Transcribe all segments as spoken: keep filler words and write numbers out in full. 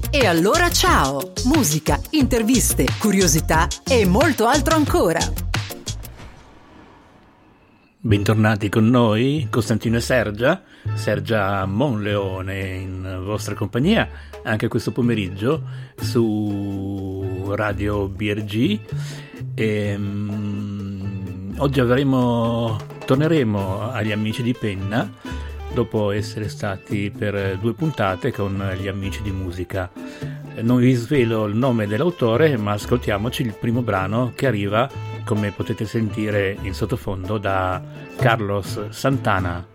E allora ciao! Musica, interviste, curiosità e molto altro ancora. Bentornati con noi, Costantino e Sergia, Sergia Monleone in vostra compagnia anche questo pomeriggio su Radio B R G. E, um, oggi avremo, torneremo agli amici di penna dopo essere stati per due puntate con gli amici di musica. Non vi svelo il nome dell'autore, ma ascoltiamoci il primo brano che arriva, come potete sentire in sottofondo, da Carlos Santana.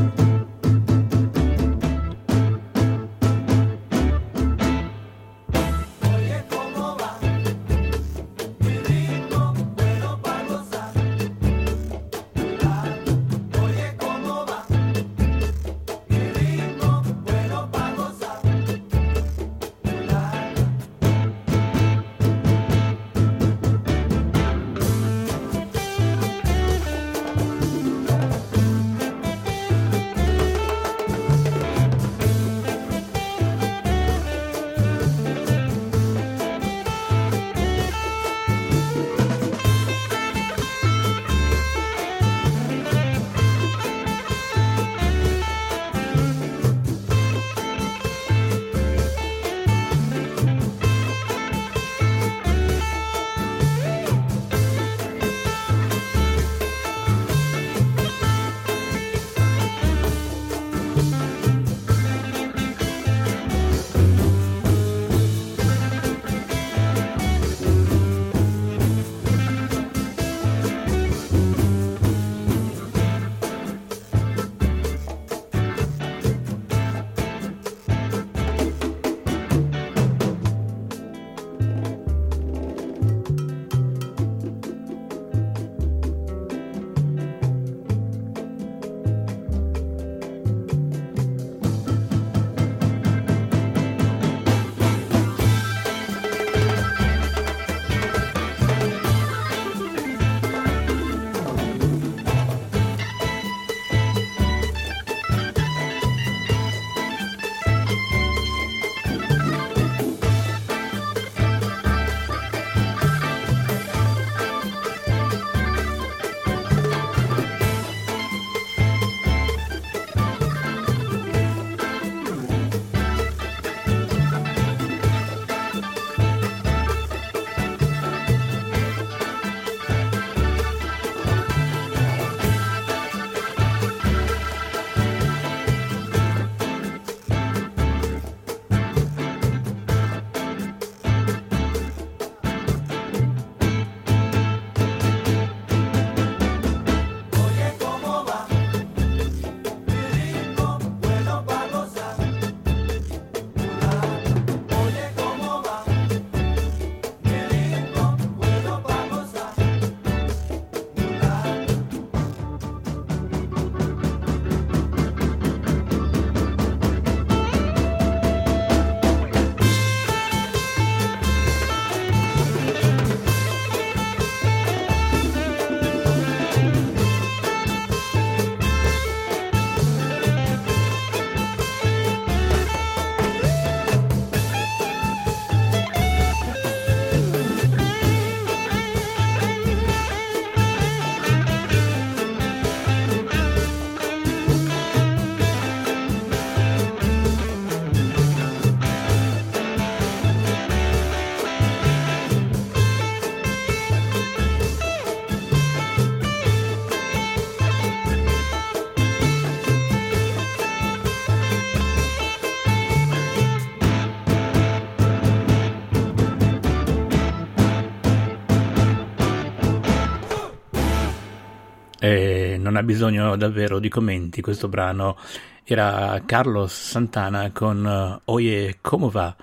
E non ha bisogno davvero di commenti, questo brano era Carlos Santana con uh, Oye Como Va.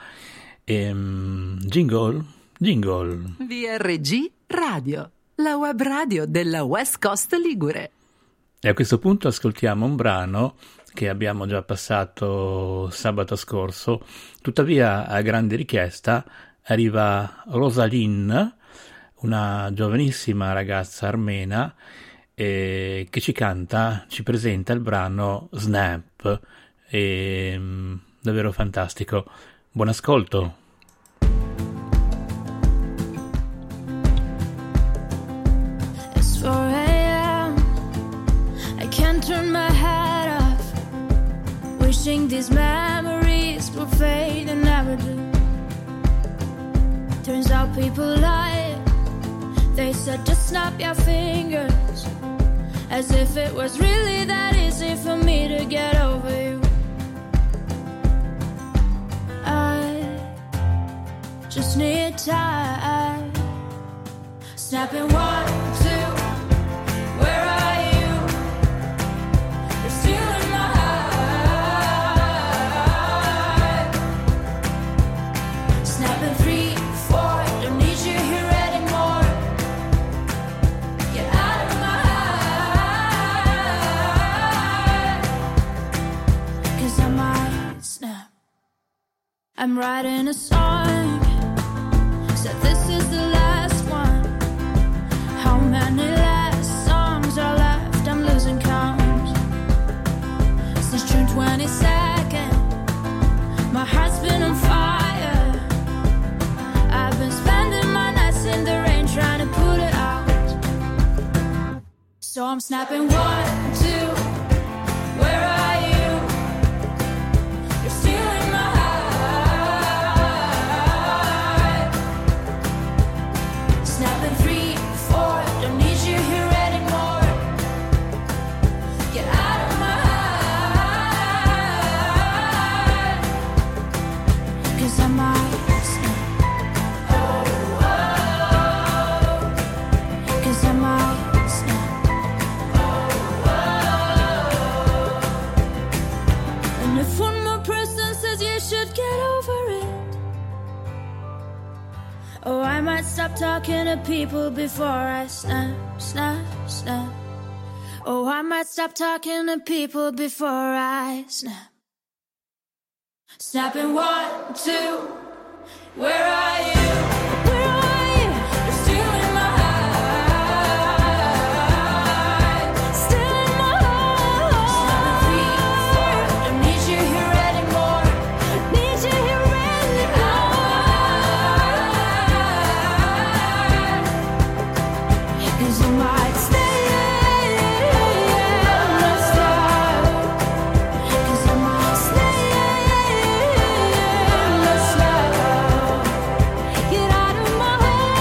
E, um, jingle, jingle. B R G Radio, la web radio della West Coast Ligure. E a questo punto ascoltiamo un brano che abbiamo già passato sabato scorso, tuttavia a grande richiesta arriva Rosaline, una giovanissima ragazza armena eh, che ci canta, ci presenta il brano Snap, e, davvero fantastico. Buon ascolto. It's four a.m. I can't turn my head off, wishing these memories will fade and never do. Turns out people lie. They said just snap your fingers, as if it was really that easy for me to get over you. I just need time. Snapping one, two, where are you? You're still in my heart. Snapping three, four, don't need you here anymore. Get out of my heart, 'cause I might snap. I'm writing a song, said this is the last one. How many last songs are left? I'm losing count. Since June twenty-second, my heart's been on fire. I've been spending my nights in the rain trying to put it out. So I'm snapping one, two, where are you? You're still in my heart. Snapping three, four, don't need you here anymore. Get out of my heart, 'cause I might snap. Oh, oh, 'cause I might snap. Oh, oh. And if one more person says you should get over it, oh, I might stop talking to people before I snap, snap, snap. Oh, I might stop talking to people before I snap. Snapping one, two, where are you? Where are you? You're still in my heart. Still in my heart. Snapping three, four, don't need you here anymore. Need you here anymore. 'Cause you might stay and not stop. 'Cause I might stay and not stop. Get out of my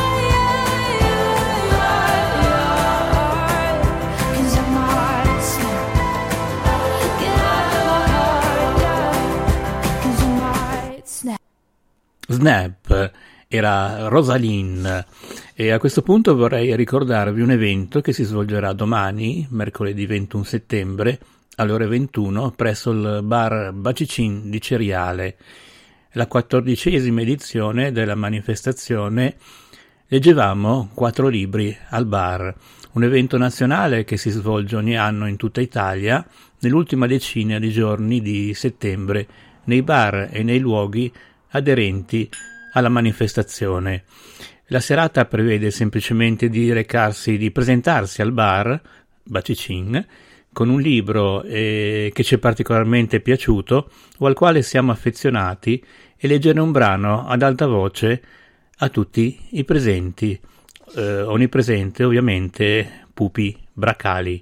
heart. 'Cause I might snap. Get out of my heart. 'Cause I might snap. Snap era Rosaline, e a questo punto vorrei ricordarvi un evento che si svolgerà domani, mercoledì ventuno settembre, alle ore ventuno, presso il bar Bacicin di Ceriale, la quattordicesima edizione della manifestazione Leggevamo quattro libri al bar, un evento nazionale che si svolge ogni anno in tutta Italia nell'ultima decina di giorni di settembre nei bar e nei luoghi aderenti alla manifestazione. La serata prevede semplicemente di recarsi, di presentarsi al bar Bacicin con un libro eh, che ci è particolarmente piaciuto o al quale siamo affezionati e leggere un brano ad alta voce a tutti i presenti, eh, onnipresente ovviamente Pupi Bracali.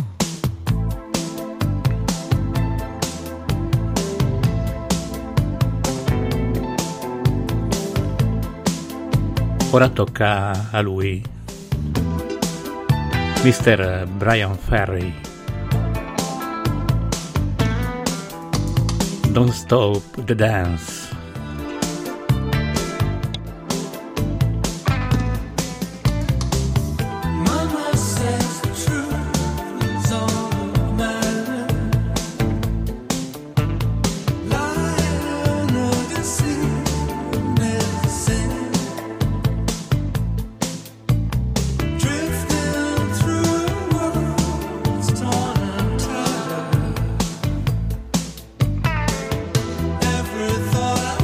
Ora tocca a lui, mister Bryan Ferry. Don't Stop the Dance. Every thought I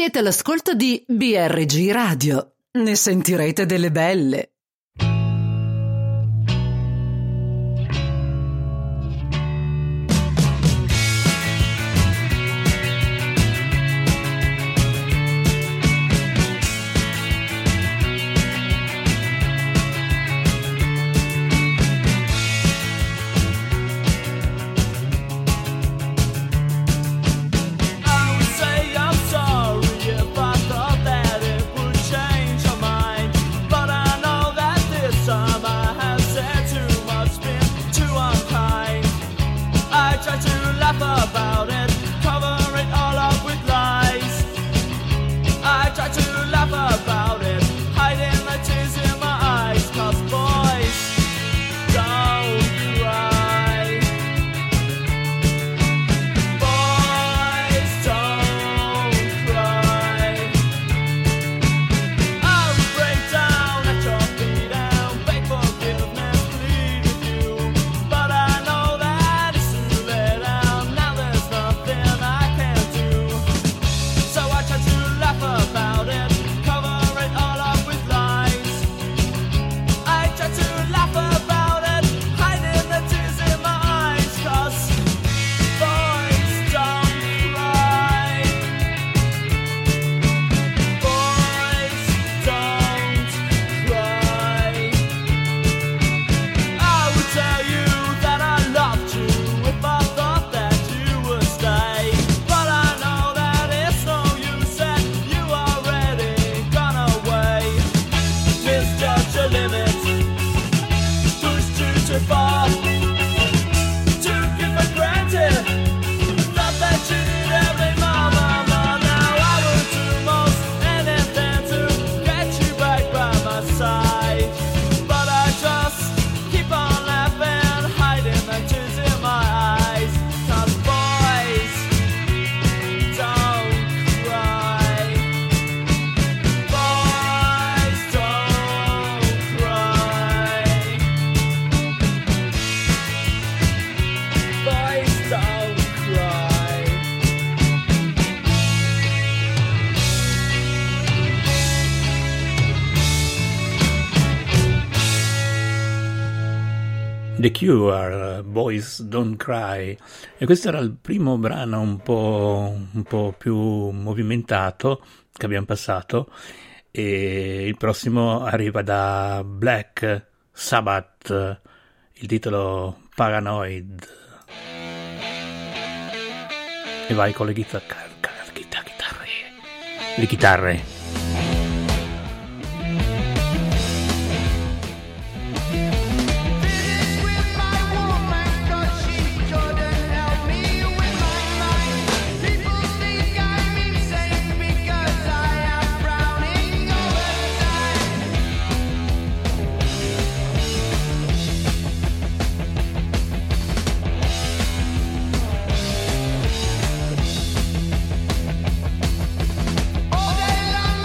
Siete all'ascolto di B R G Radio. Ne sentirete delle belle. The Cure, Boys Don't Cry, e questo era il primo brano un po', un po' più movimentato che abbiamo passato, e il prossimo arriva da Black Sabbath, il titolo Paranoid, e vai con le chitarre, chitarre, le chitarre. All day long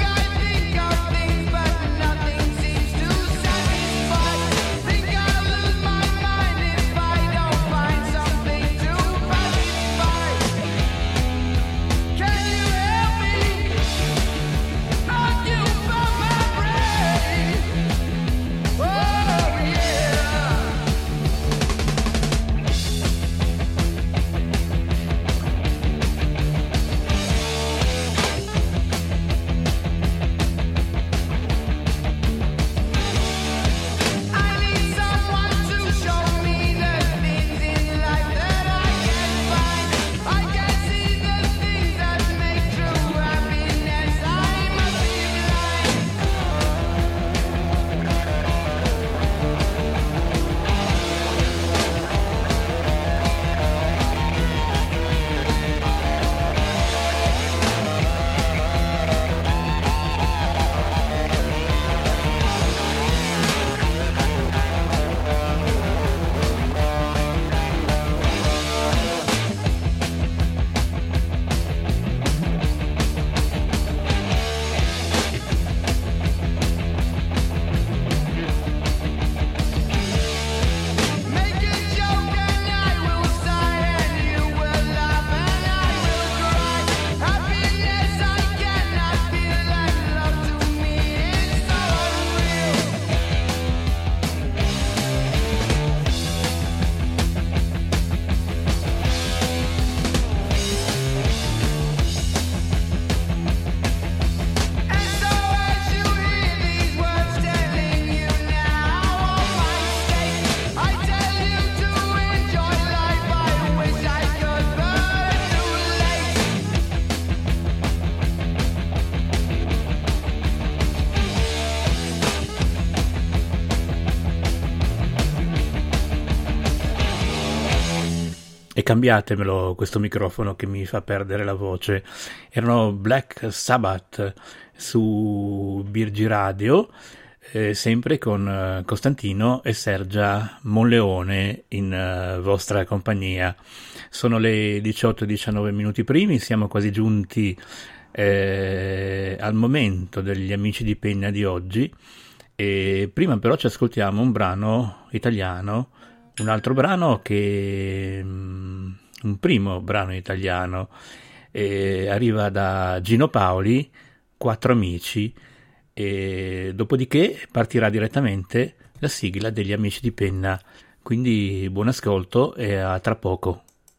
cambiatemelo questo microfono che mi fa perdere la voce. Erano Black Sabbath su Birgi Radio, eh, sempre con eh, Costantino e Sergia Monleone in eh, vostra compagnia. Sono le diciotto e diciannove minuti primi, siamo quasi giunti eh, al momento degli Amici di Penna di oggi, e prima però ci ascoltiamo un brano italiano, un altro brano che un primo brano italiano, eh, arriva da Gino Paoli, Quattro Amici, e dopodiché partirà direttamente la sigla degli Amici di Penna. Quindi buon ascolto e a tra poco.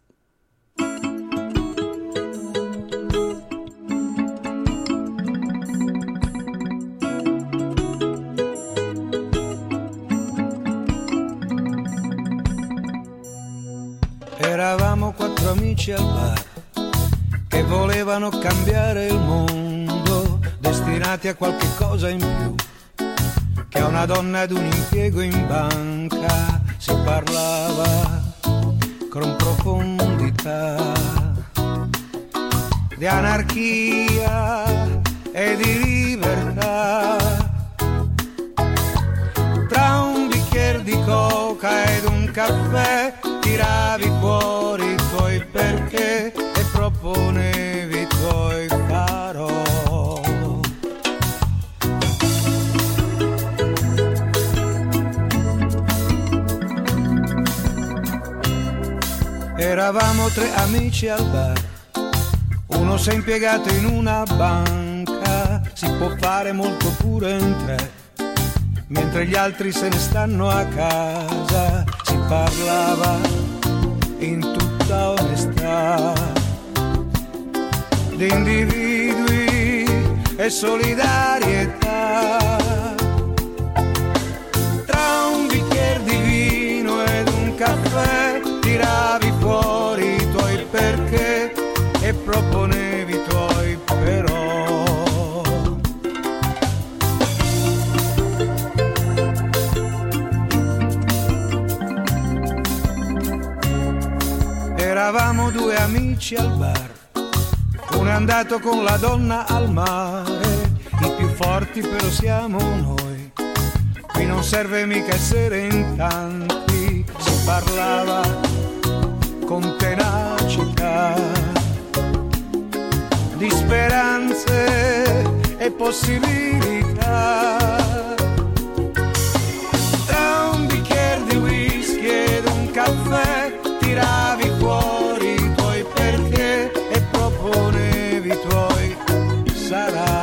Eravamo quattro amici al bar che volevano cambiare il mondo, destinati a qualche cosa in più che a una donna ed un impiego in banca. Si parlava con profondità di anarchia e di libertà, tra un bicchiere di coca ed un caffè tiravi fuori i tuoi perché e proponevi i tuoi farò. Eravamo tre amici al bar, uno si è impiegato in una banca, si può fare molto pure in tre, mentre gli altri se ne stanno a casa. Si parlava in tutta onestà di individui e solidarietà, tra un bicchiere di vino ed un caffè tiravi fuori i tuoi perché e proponevi i tuoi però. Eravamo due amici al bar, uno è andato con la donna al mare, i più forti però siamo noi, qui non serve mica essere in tanti. Si parlava con tenacità di speranze e possibilità, tra un bicchiere di whisky ed un caffè tiravi fuori i tuoi perché e proponevi i tuoi sarà.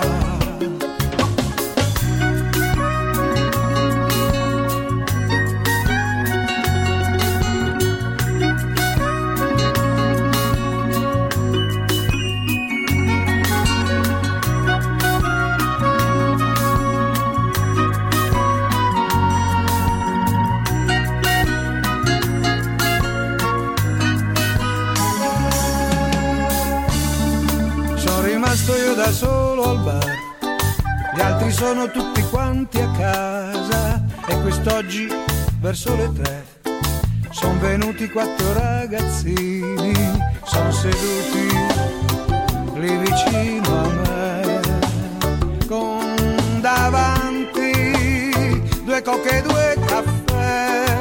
Sto io da solo al bar, gli altri sono tutti quanti a casa e quest'oggi verso le tre son venuti quattro ragazzini, son seduti lì vicino a me, con davanti due coche e due caffè.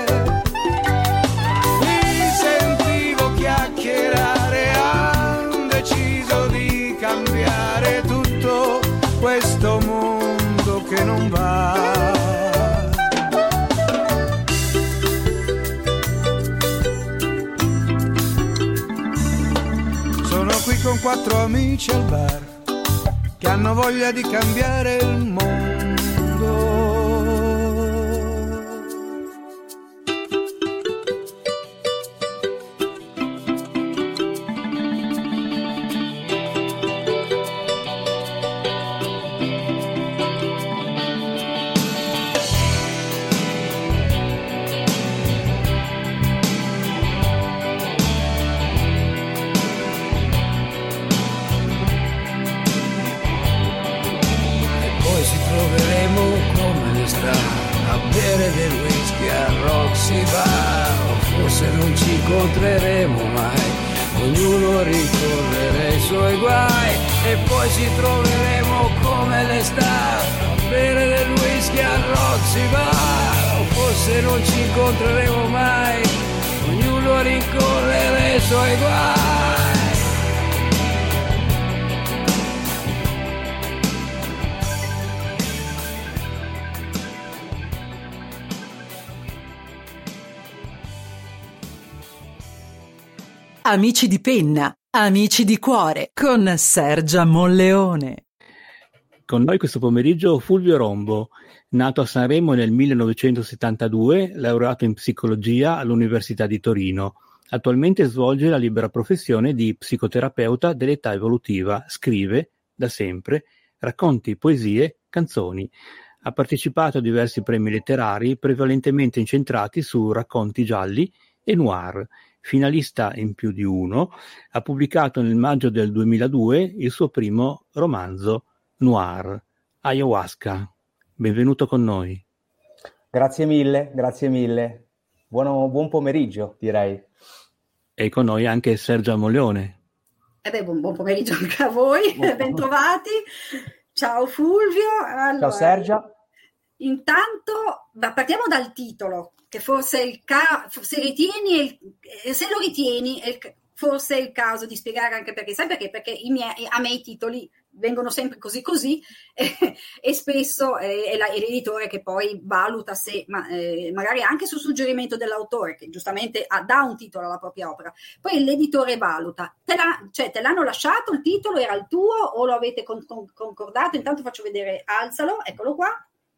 Li sentivo chiacchierare, han deciso di cambiare tutto questo mondo che non va. Sono qui con quattro amici al bar che hanno voglia di cambiare il mondo. A bere del whisky a Roxy Bar, o forse forse non ci incontreremo mai, ognuno rincorrere i suoi guai e poi ci troveremo come le star a bere del whisky al Roxy Bar, o forse non ci incontreremo mai, ognuno rincorrere i suoi guai. Amici di penna, amici di cuore, con Sergia Monleone. Con noi questo pomeriggio Fulvio Rombo, nato a Sanremo nel millenovecentosettantadue, laureato in psicologia all'Università di Torino. Attualmente svolge la libera professione di psicoterapeuta dell'età evolutiva, scrive, da sempre, racconti, poesie, canzoni. Ha partecipato a diversi premi letterari, prevalentemente incentrati su racconti gialli e noir. Finalista in più di uno, ha pubblicato nel maggio del duemiladue il suo primo romanzo noir, Ayahuasca. Benvenuto con noi. Grazie mille, grazie mille. Buono, buon pomeriggio, direi. E con noi anche Sergia Monleone. Eh beh, buon, buon pomeriggio anche a voi, bentrovati. Ciao Fulvio. Allora, ciao Sergia. Intanto partiamo dal titolo, che forse il ca- se ritieni il, se lo ritieni è il, forse è il caso di spiegare anche perché. Sai perché? Perché i miei, a me i titoli vengono sempre così così eh, e spesso eh, è, la, è l'editore che poi valuta se ma, eh, magari anche su suggerimento dell'autore, che giustamente ha, dà un titolo alla propria opera, poi l'editore valuta. Te, la, cioè, te l'hanno lasciato il titolo, era il tuo o lo avete con, con, concordato? Intanto faccio vedere, alzalo, eccolo qua.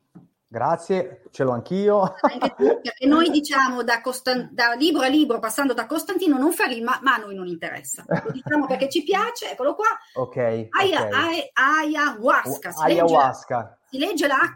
Grazie, ce l'ho anch'io. Anche tu, perché noi diciamo da, Costan- da libro a libro, passando da Costantino, non fa rima, ma a noi non interessa. Lo diciamo perché ci piace, eccolo qua. Ok. Aya, okay. Aya, ayahuasca. Si ayahuasca. Legge, si legge la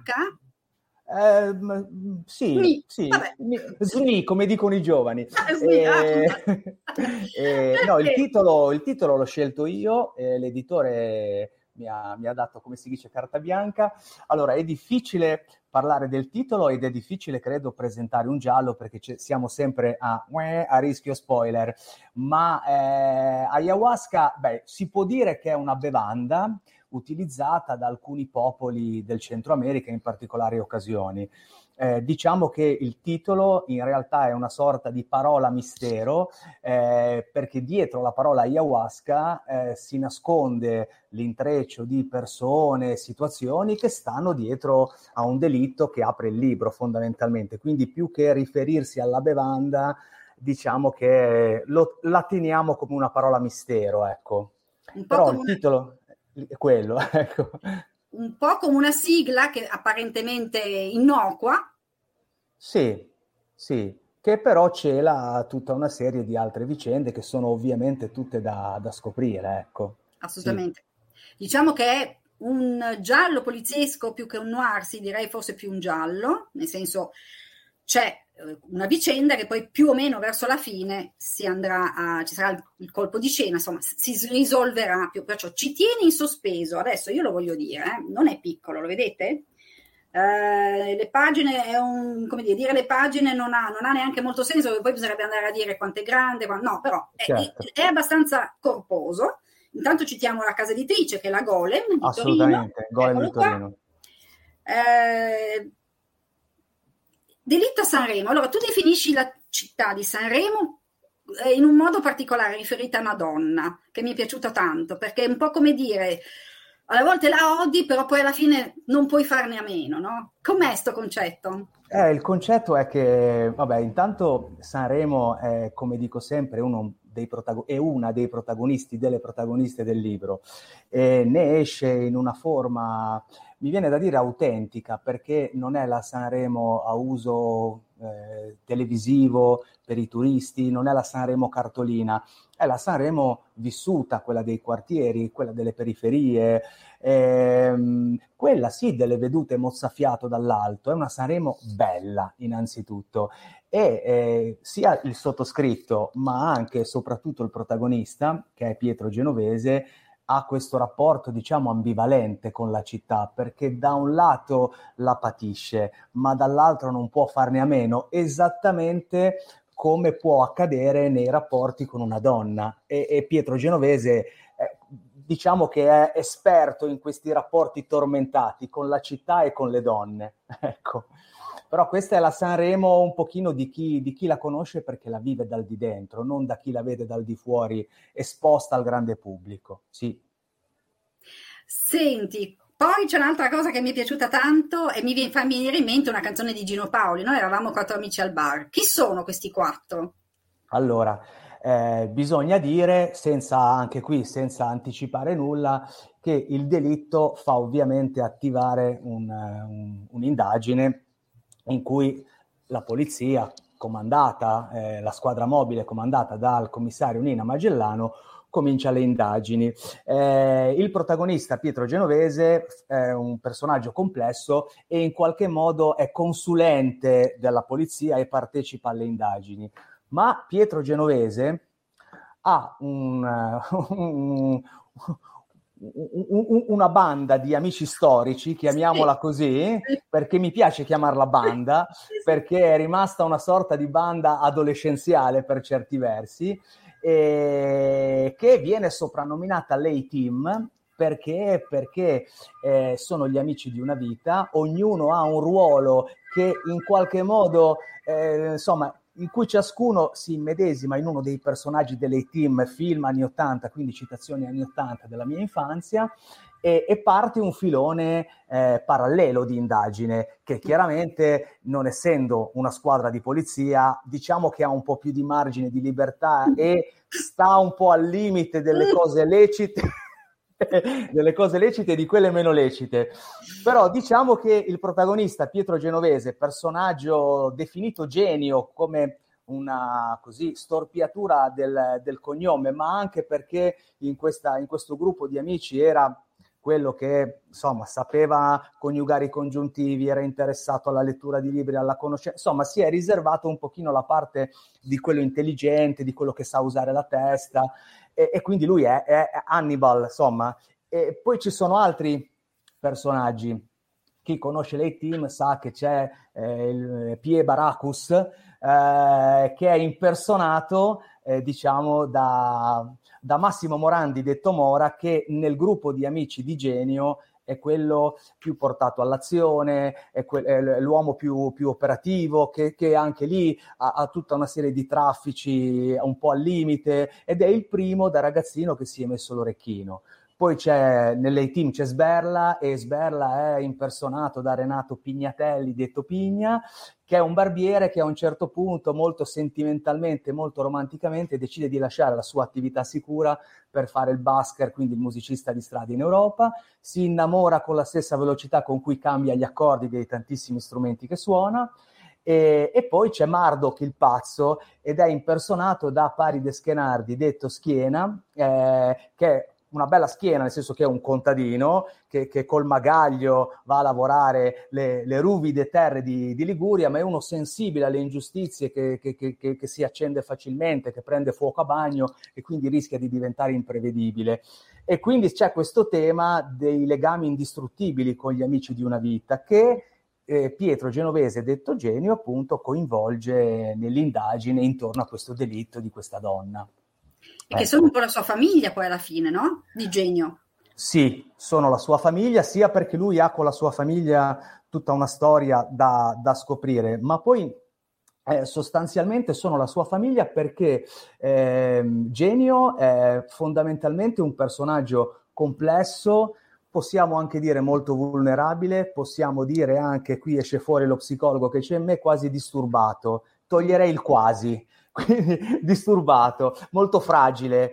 H? Eh, sì, Sni. sì. Sni, come dicono i giovani. Sni, eh, eh, no, il titolo, il titolo l'ho scelto io, eh, l'editore mi ha, mi ha dato, come si dice, carta bianca. Allora, è difficile parlare del titolo ed è difficile, credo, presentare un giallo perché siamo sempre a, a rischio spoiler, ma eh, ayahuasca, beh, si può dire che è una bevanda utilizzata da alcuni popoli del Centro America in particolari occasioni. Eh, diciamo che il titolo in realtà è una sorta di parola mistero, eh, perché dietro la parola ayahuasca eh, si nasconde l'intreccio di persone, situazioni che stanno dietro a un delitto che apre il libro fondamentalmente. Quindi più che riferirsi alla bevanda, diciamo che lo, la teniamo come una parola mistero, ecco. Un po' Però il titolo è quello, ecco. Un po' come una sigla che apparentemente innocua. Sì, sì, che però cela tutta una serie di altre vicende che sono ovviamente tutte da, da scoprire, ecco. Assolutamente. Sì. Diciamo che è un giallo poliziesco più che un noir, sì, direi forse più un giallo, nel senso c'è una vicenda che poi più o meno verso la fine si andrà a, ci sarà il, il colpo di scena, insomma si risolverà più, perciò ci tiene in sospeso. Adesso io lo voglio dire, eh, non è piccolo, lo vedete? Uh, le pagine è un, come dire, dire le pagine non ha, non ha neanche molto senso, perché poi bisognerebbe andare a dire quanto è grande, quanto, no, però è, certo. è, è abbastanza corposo. Intanto citiamo la casa editrice che è la Golem di Assolutamente, Torino. Golem di Torino. Eh, delitto a Sanremo. Allora tu definisci la città di Sanremo eh, in un modo particolare riferita a una donna che mi è piaciuta tanto, perché è un po' come dire, alle volte la odi, però poi alla fine non puoi farne a meno, no? Com'è sto concetto? Eh, il concetto è che, vabbè, intanto Sanremo è, come dico sempre, uno dei protago- è una dei protagonisti, delle protagoniste del libro, e ne esce in una forma, mi viene da dire autentica, perché non è la Sanremo a uso eh, televisivo per i turisti, non è la Sanremo cartolina, è la Sanremo vissuta, quella dei quartieri, quella delle periferie, ehm, quella sì delle vedute mozzafiato dall'alto, è una Sanremo bella innanzitutto, e eh, sia il sottoscritto ma anche e soprattutto il protagonista, che è Pietro Genovese, ha questo rapporto, diciamo, ambivalente con la città, perché da un lato la patisce, ma dall'altro non può farne a meno, esattamente come può accadere nei rapporti con una donna. E, e Pietro Genovese, eh, diciamo che è esperto in questi rapporti tormentati con la città e con le donne, ecco. Però questa è la Sanremo un pochino di chi, di chi la conosce perché la vive dal di dentro, non da chi la vede dal di fuori esposta al grande pubblico. Sì. Senti, poi c'è un'altra cosa che mi è piaciuta tanto e mi viene, fa venire in mente una canzone di Gino Paoli. Noi eravamo quattro amici al bar. Chi sono questi quattro? Allora, eh, bisogna dire, senza anche qui, senza anticipare nulla, che il delitto fa ovviamente attivare un, un, un'indagine in cui la polizia comandata, eh, la squadra mobile comandata dal commissario Nina Magellano, comincia le indagini. Eh, il protagonista Pietro Genovese è un personaggio complesso e in qualche modo è consulente della polizia e partecipa alle indagini. Ma Pietro Genovese ha un, un, un, una banda di amici storici, chiamiamola così, perché mi piace chiamarla banda, perché è rimasta una sorta di banda adolescenziale per certi versi, eh, che viene soprannominata l'A-Team perché, perché eh, sono gli amici di una vita, ognuno ha un ruolo che in qualche modo, eh, insomma, in cui ciascuno si immedesima in uno dei personaggi dell'A-Team, film anni ottanta, quindi citazioni anni ottanta della mia infanzia, e, e parte un filone eh, parallelo di indagine che chiaramente, non essendo una squadra di polizia, diciamo che ha un po' più di margine di libertà e sta un po' al limite delle cose lecite delle cose lecite e di quelle meno lecite. Però diciamo che il protagonista Pietro Genovese, personaggio definito genio come una così storpiatura del, del cognome, ma anche perché in, questa, in questo gruppo di amici era quello che insomma sapeva coniugare i congiuntivi, era interessato alla lettura di libri, alla conoscenza, insomma si è riservato un pochino la parte di quello intelligente, di quello che sa usare la testa, e, e quindi lui è, è Hannibal, insomma. E poi ci sono altri personaggi. Chi conosce l'A-Team sa che c'è eh, il Pie Baracus, eh, che è impersonato eh, diciamo da, da Massimo Morandi detto Mora, che nel gruppo di amici di Genio è quello più portato all'azione, è, que- è l'uomo più, più operativo, che, che anche lì ha, ha tutta una serie di traffici un po' al limite, ed è il primo da ragazzino che si è messo l'orecchino. Poi c'è nell'A-Team c'è Sberla, e Sberla è impersonato da Renato Pignatelli, detto Pigna, che è un barbiere che a un certo punto, molto sentimentalmente, molto romanticamente, decide di lasciare la sua attività sicura per fare il busker, quindi il musicista di strada in Europa, si innamora con la stessa velocità con cui cambia gli accordi dei tantissimi strumenti che suona. E, e poi c'è Marduk il pazzo, ed è impersonato da Paride Schenardi, detto Schiena, eh, che è una bella schiena, nel senso che è un contadino che, che col magaglio va a lavorare le, le ruvide terre di, di Liguria, ma è uno sensibile alle ingiustizie, che, che, che, che si accende facilmente, che prende fuoco a bagno e quindi rischia di diventare imprevedibile. E quindi c'è questo tema dei legami indistruttibili con gli amici di una vita che eh, Pietro Genovese, detto Genio, appunto coinvolge nell'indagine intorno a questo delitto di questa donna. E che sono un po' la sua famiglia poi alla fine, no? Di Genio. Sì, sono la sua famiglia, sia perché lui ha con la sua famiglia tutta una storia da, da scoprire, ma poi eh, sostanzialmente sono la sua famiglia perché eh, Genio è fondamentalmente un personaggio complesso, possiamo anche dire molto vulnerabile, possiamo dire anche, qui esce fuori lo psicologo che c'è in me, quasi disturbato, toglierei il quasi. Quindi disturbato, molto fragile,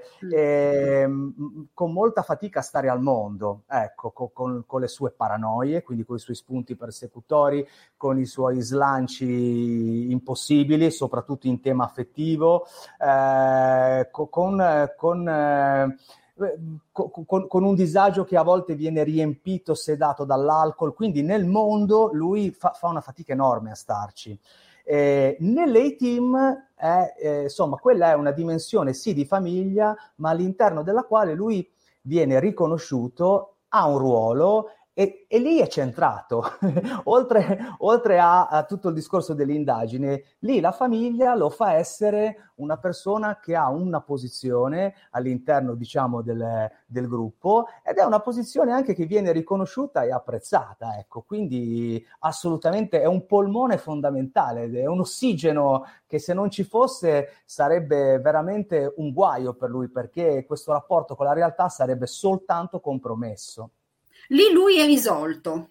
ehm, con molta fatica a stare al mondo, ecco, co- con, con le sue paranoie, quindi con i suoi spunti persecutori, con i suoi slanci impossibili, soprattutto in tema affettivo, eh, co- con... con eh, Con, con un disagio che a volte viene riempito, sedato dall'alcol, quindi nel mondo lui fa, fa una fatica enorme a starci. Eh, nell'A-Team è, eh, insomma, quella è una dimensione sì di famiglia, ma all'interno della quale lui viene riconosciuto, ha un ruolo E, e lì è centrato, oltre, oltre a, a tutto il discorso dell'indagine, lì la famiglia lo fa essere una persona che ha una posizione all'interno, diciamo, del, del gruppo, ed è una posizione anche che viene riconosciuta e apprezzata, ecco, quindi assolutamente è un polmone fondamentale, è un ossigeno che se non ci fosse sarebbe veramente un guaio per lui, perché questo rapporto con la realtà sarebbe soltanto compromesso. Lì lui è risolto.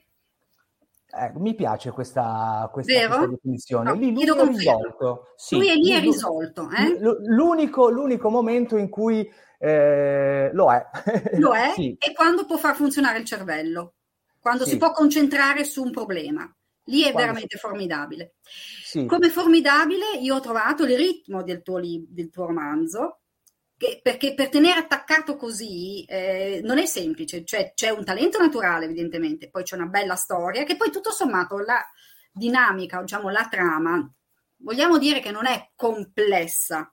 Eh, mi piace questa, questa, Vero? questa definizione. No, lì lui chiedo è conferma. risolto. Sì, Lui è lì è lui- risolto, eh? l- l'unico, l'unico momento in cui eh, lo è. Lo è, Sì, e quando può far funzionare il cervello, quando Sì. si può concentrare su un problema. Lì è Quando veramente formidabile. sì. Come formidabile io ho trovato il ritmo del tuo, li- del tuo romanzo, che- perché per tenere attaccato così eh, non è semplice, cioè c'è un talento naturale evidentemente, poi c'è una bella storia, che poi tutto sommato la dinamica, diciamo la trama, vogliamo dire che non è complessa,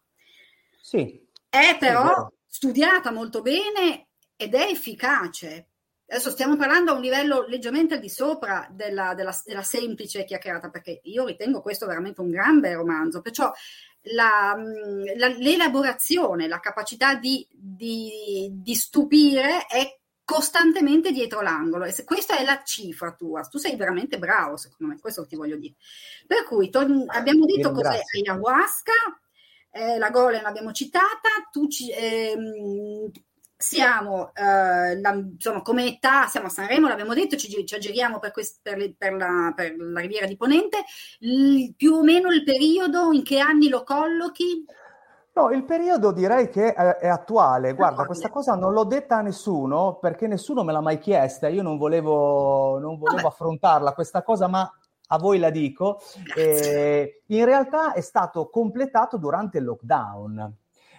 Sì. è però vero. studiata molto bene ed è efficace. Adesso stiamo parlando a un livello leggermente al di sopra della, della, della semplice chiacchierata, perché io ritengo questo veramente un gran bel romanzo, perciò la, la, l'elaborazione, la capacità di, di, di stupire è costantemente dietro l'angolo, e se questa è la cifra tua, tu sei veramente bravo, secondo me, questo ti voglio dire. Per cui torn- abbiamo detto Ti cos'è ringrazio. ayahuasca, eh, la Golem l'abbiamo citata, tu ci, ehm, siamo eh, la, insomma, come età siamo a Sanremo, l'abbiamo detto, ci, ci aggiriamo per, quest, per, le, per, la, per la Riviera di Ponente, il, più o meno il periodo, in che anni lo collochi? No, il periodo direi che è, è attuale. Guarda, Attuale. questa cosa non l'ho detta a nessuno perché nessuno me l'ha mai chiesta. Io non volevo, non volevo Vabbè. affrontarla questa cosa, ma a voi la dico. Eh, in realtà è stato completato durante il lockdown.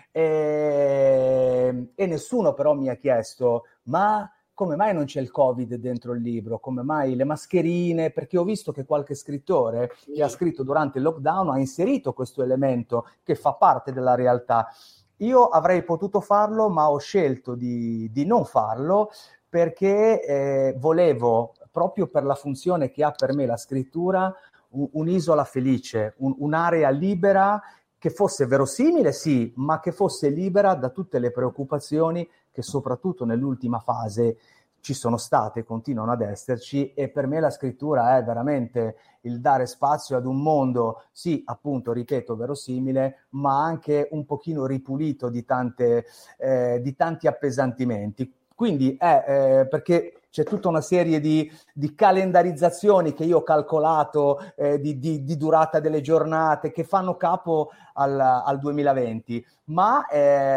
E, e nessuno però mi ha chiesto, ma come mai non c'è il Covid dentro il libro? Come mai le mascherine? Perché ho visto che qualche scrittore che ha scritto durante il lockdown ha inserito questo elemento che fa parte della realtà. Io avrei potuto farlo, ma ho scelto di, di non farlo perché eh, volevo, proprio per la funzione che ha per me la scrittura, un, un'isola felice, un, un'area libera che fosse verosimile, sì, ma che fosse libera da tutte le preoccupazioni che soprattutto nell'ultima fase ci sono state e continuano ad esserci, e per me la scrittura è veramente il dare spazio ad un mondo, sì, appunto, ripeto, verosimile, ma anche un pochino ripulito di, tante, eh, di tanti appesantimenti. Quindi è eh, perché c'è tutta una serie di, di calendarizzazioni che io ho calcolato, eh, di, di, di durata delle giornate, che fanno capo al, al duemilaventi, ma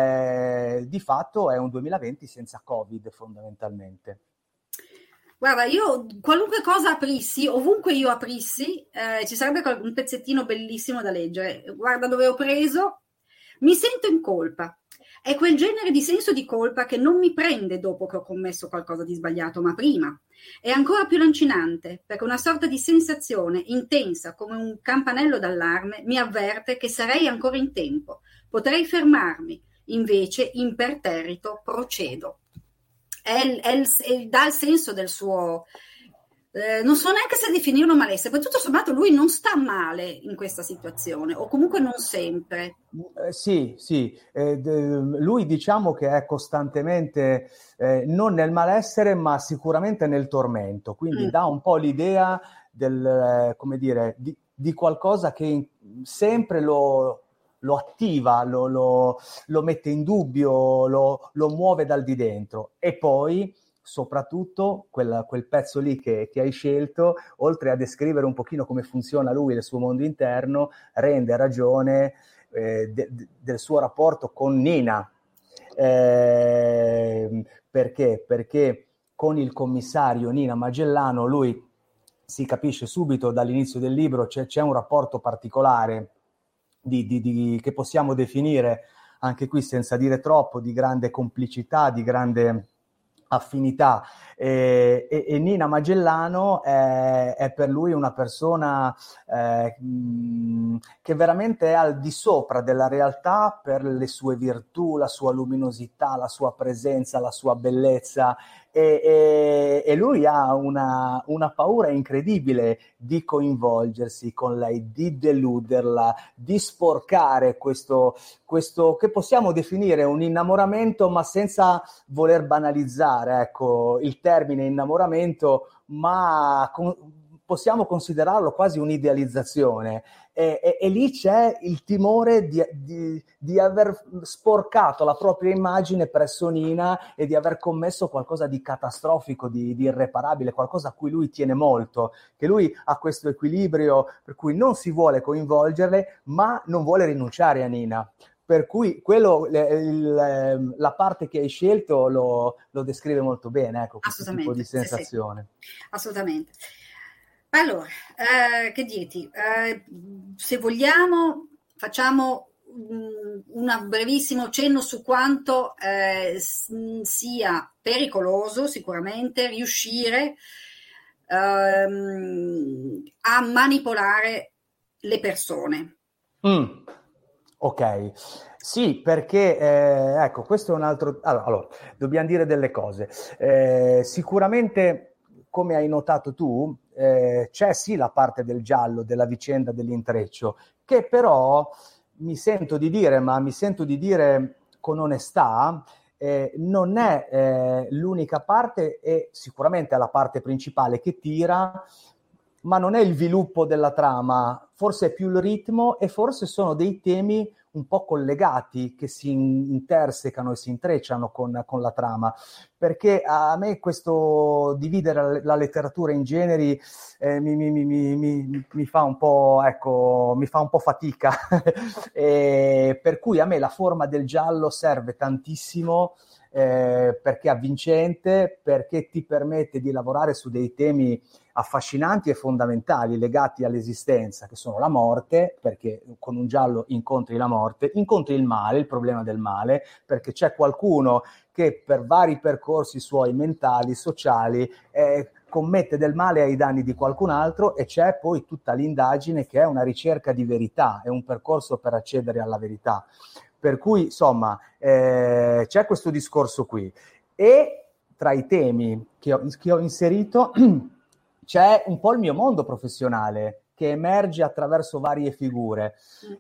eh, di fatto è un duemilaventi senza Covid fondamentalmente. Guarda, io qualunque cosa aprissi, ovunque io aprissi, eh, ci sarebbe un pezzettino bellissimo da leggere. Guarda dove ho preso, mi sento in colpa. È quel genere di senso di colpa che non mi prende dopo che ho commesso qualcosa di sbagliato, ma prima. È ancora più lancinante, perché una sorta di sensazione intensa, come un campanello d'allarme, mi avverte che sarei ancora in tempo. Potrei fermarmi, invece imperterrito procedo. È il, è il, è il, dà il senso del suo... Eh, non so neanche se definirlo malessere, poi tutto sommato lui non sta male in questa situazione, o comunque non sempre. Eh, sì, sì, eh, d- lui diciamo che è costantemente eh, non nel malessere, ma sicuramente nel tormento, quindi Mm. dà un po' l'idea del, eh, come dire, di, di qualcosa che in- sempre lo, lo attiva, lo, lo, lo mette in dubbio, lo, lo muove dal di dentro. E poi soprattutto quel, quel pezzo lì che, che hai scelto, oltre a descrivere un pochino come funziona lui, il suo mondo interno, rende ragione eh, de, de, del suo rapporto con Nina. Eh, perché? Perché con il commissario Nina Magellano lui si capisce subito dall'inizio del libro, c'è, c'è un rapporto particolare di, di, di, che possiamo definire, anche qui senza dire troppo, di grande complicità, di grande affinità, e, e, e Nina Magellano è, è per lui una persona eh, mh, che veramente è al di sopra della realtà per le sue virtù, la sua luminosità, la sua presenza, la sua bellezza, e, e, e lui ha una, una paura incredibile di coinvolgersi con lei, di deluderla, di sporcare questo, questo che possiamo definire un innamoramento, ma senza voler banalizzare, ecco, il termine innamoramento, ma con, possiamo considerarlo quasi un'idealizzazione. E, e, e lì c'è il timore di, di, di aver sporcato la propria immagine presso Nina e di aver commesso qualcosa di catastrofico, di, di irreparabile, qualcosa a cui lui tiene molto, che lui ha questo equilibrio per cui non si vuole coinvolgerle, ma non vuole rinunciare a Nina. Per cui quello, il, la parte che hai scelto lo, lo descrive molto bene, ecco, questo tipo di sensazione. Sì, sì. Assolutamente. Allora, eh, che dirti, eh, se vogliamo facciamo un, un brevissimo cenno su quanto eh, sia pericoloso sicuramente riuscire ehm, a manipolare le persone. Mm. Ok, sì, perché eh, ecco, questo è un altro... Allora, allora dobbiamo dire delle cose. Eh, sicuramente, come hai notato tu, eh, c'è sì la parte del giallo, della vicenda dell'intreccio, che però mi sento di dire, ma mi sento di dire con onestà, eh, non è eh, l'unica parte e sicuramente è la parte principale che tira, ma non è il sviluppo della trama, forse è più il ritmo e forse sono dei temi un po' collegati che si intersecano e si intrecciano con, con la trama, perché a me questo dividere la letteratura in generi eh, mi, mi, mi, mi, mi fa un po', ecco, mi fa un po' fatica e per cui a me la forma del giallo serve tantissimo eh, perché è avvincente, perché ti permette di lavorare su dei temi affascinanti e fondamentali legati all'esistenza, che sono la morte, perché con un giallo incontri la morte, incontri il male, il problema del male, perché c'è qualcuno che per vari percorsi suoi mentali, sociali, eh, commette del male ai danni di qualcun altro, e c'è poi tutta l'indagine che è una ricerca di verità, è un percorso per accedere alla verità. Per cui, insomma, eh, c'è questo discorso qui. E tra i temi che ho, che ho inserito c'è un po' il mio mondo professionale che emerge attraverso varie figure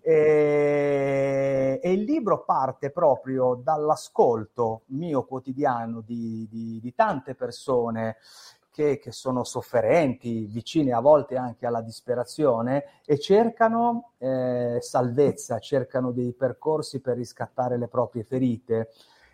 e, e il libro parte proprio dall'ascolto mio quotidiano di, di, di tante persone che, che sono sofferenti, vicine a volte anche alla disperazione, e cercano eh, salvezza, cercano dei percorsi per riscattare le proprie ferite.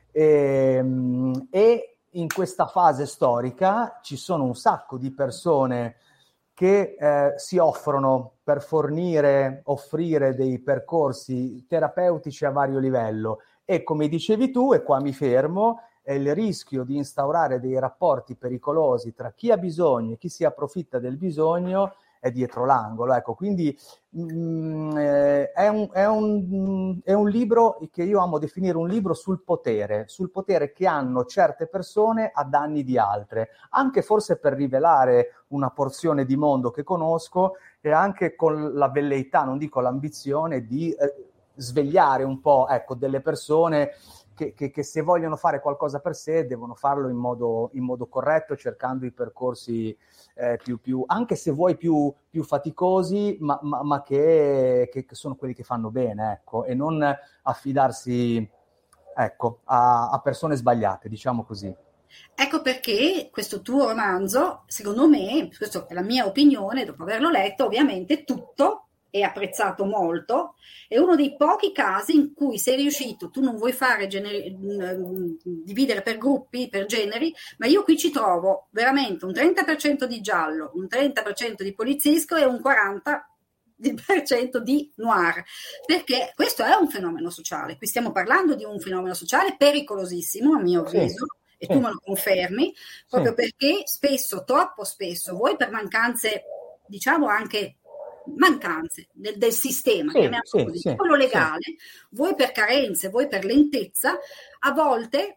E, e in questa fase storica ci sono un sacco di persone che eh, si offrono per fornire, offrire dei percorsi terapeutici a vario livello, e come dicevi tu, e qua mi fermo, è il rischio di instaurare dei rapporti pericolosi tra chi ha bisogno e chi si approfitta del bisogno è dietro l'angolo, ecco, quindi mh, eh, è, un, è, un, è un libro che io amo definire un libro sul potere, sul potere che hanno certe persone a danni di altre, anche forse per rivelare una porzione di mondo che conosco, e anche con la velleità, non dico l'ambizione, di eh, svegliare un po', ecco, delle persone Che, che, che se vogliono fare qualcosa per sé devono farlo in modo, in modo corretto, cercando i percorsi eh, più, più, anche se vuoi più, più faticosi, ma, ma, ma che, che, che sono quelli che fanno bene, ecco, e non affidarsi, ecco, a, a persone sbagliate, diciamo così. Ecco perché questo tuo romanzo, secondo me, questa è la mia opinione, dopo averlo letto, ovviamente tutto è apprezzato molto, è uno dei pochi casi in cui sei riuscito, tu non vuoi fare generi, dividere per gruppi, per generi, ma io qui ci trovo veramente un trenta per cento di giallo, un trenta per cento di poliziesco e un quaranta per cento di noir, perché questo è un fenomeno sociale, qui stiamo parlando di un fenomeno sociale pericolosissimo a mio avviso, sì, e tu me lo confermi, proprio sì, perché spesso, troppo spesso, vuoi per mancanze, diciamo anche mancanze del, del sistema, sì, sì, così, sì, quello legale, sì, vuoi per carenze, vuoi per lentezza, a volte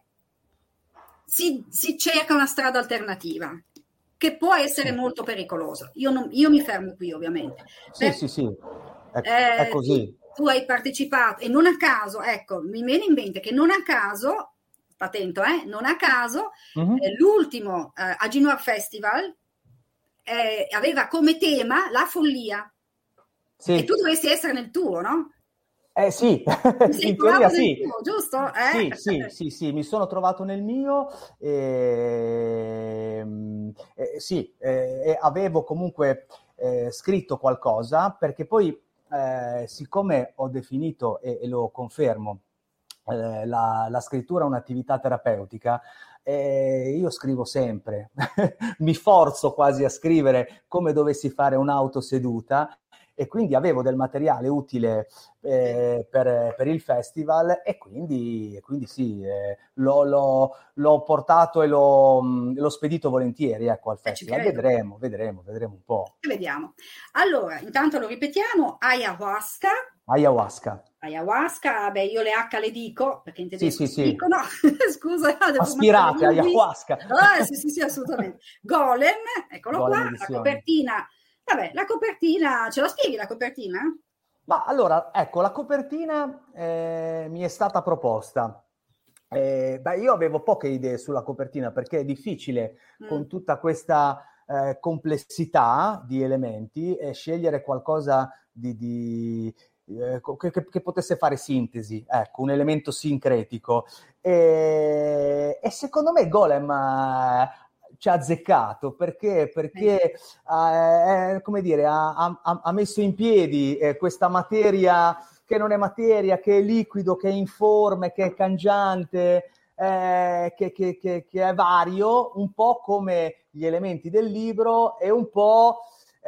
si, si cerca una strada alternativa che può essere sì, molto pericolosa. Io, non, io mi fermo qui, ovviamente. Sì, per, sì, sì, è, eh, è così. Tu, tu hai partecipato, e non a caso, ecco, mi viene in mente che non a caso sta attento, eh? Non a caso, Mhm. eh, l'ultimo eh, Aginoir Festival eh, aveva come tema la follia. Sì. E tu dovresti essere nel tuo, no? Eh sì, Ti sei in trovato teoria nel sì. tuo, giusto? Sì, Eh? sì, sì, sì, mi sono trovato nel mio, e, eh, sì, eh, e avevo comunque eh, scritto qualcosa, perché poi, eh, siccome ho definito, e, e lo confermo, eh, la, la scrittura è un'attività terapeutica, eh, io scrivo sempre, mi forzo quasi a scrivere come dovessi fare un'autoseduta, e quindi avevo del materiale utile eh, per, per il festival, e quindi, e quindi sì, eh, l'ho, l'ho- l'ho portato e l'ho, mh, l'ho spedito volentieri, ecco, al Eh, ci festival. credo. Vedremo, vedremo, vedremo un po'. E vediamo. Allora, intanto lo ripetiamo, ayahuasca. Ayahuasca. Ayahuasca, beh, io le H le dico, perché in Sì, tedesco sì, si sì. dicono, scusa, devo Aspirate, mettere linguista. ayahuasca. Ah, sì, sì, sì, assolutamente. Golem, eccolo Golem qua, la Edizioni. copertina. Vabbè, la copertina, ce la spieghi la copertina? Ma allora, ecco, la copertina eh, mi è stata proposta. Eh, beh, io avevo poche idee sulla copertina, perché è difficile, Mm. con tutta questa eh, complessità di elementi, eh, scegliere qualcosa di, di, eh, co- che, che- che potesse fare sintesi, ecco, un elemento sincretico. E, e secondo me Golem eh, ci ha azzeccato, perché, perché eh, come dire, ha, ha- ha messo in piedi eh, questa materia che non è materia, che è liquido, che è informe, che è cangiante, eh, che, che- che- che è vario, un po' come gli elementi del libro, e un po',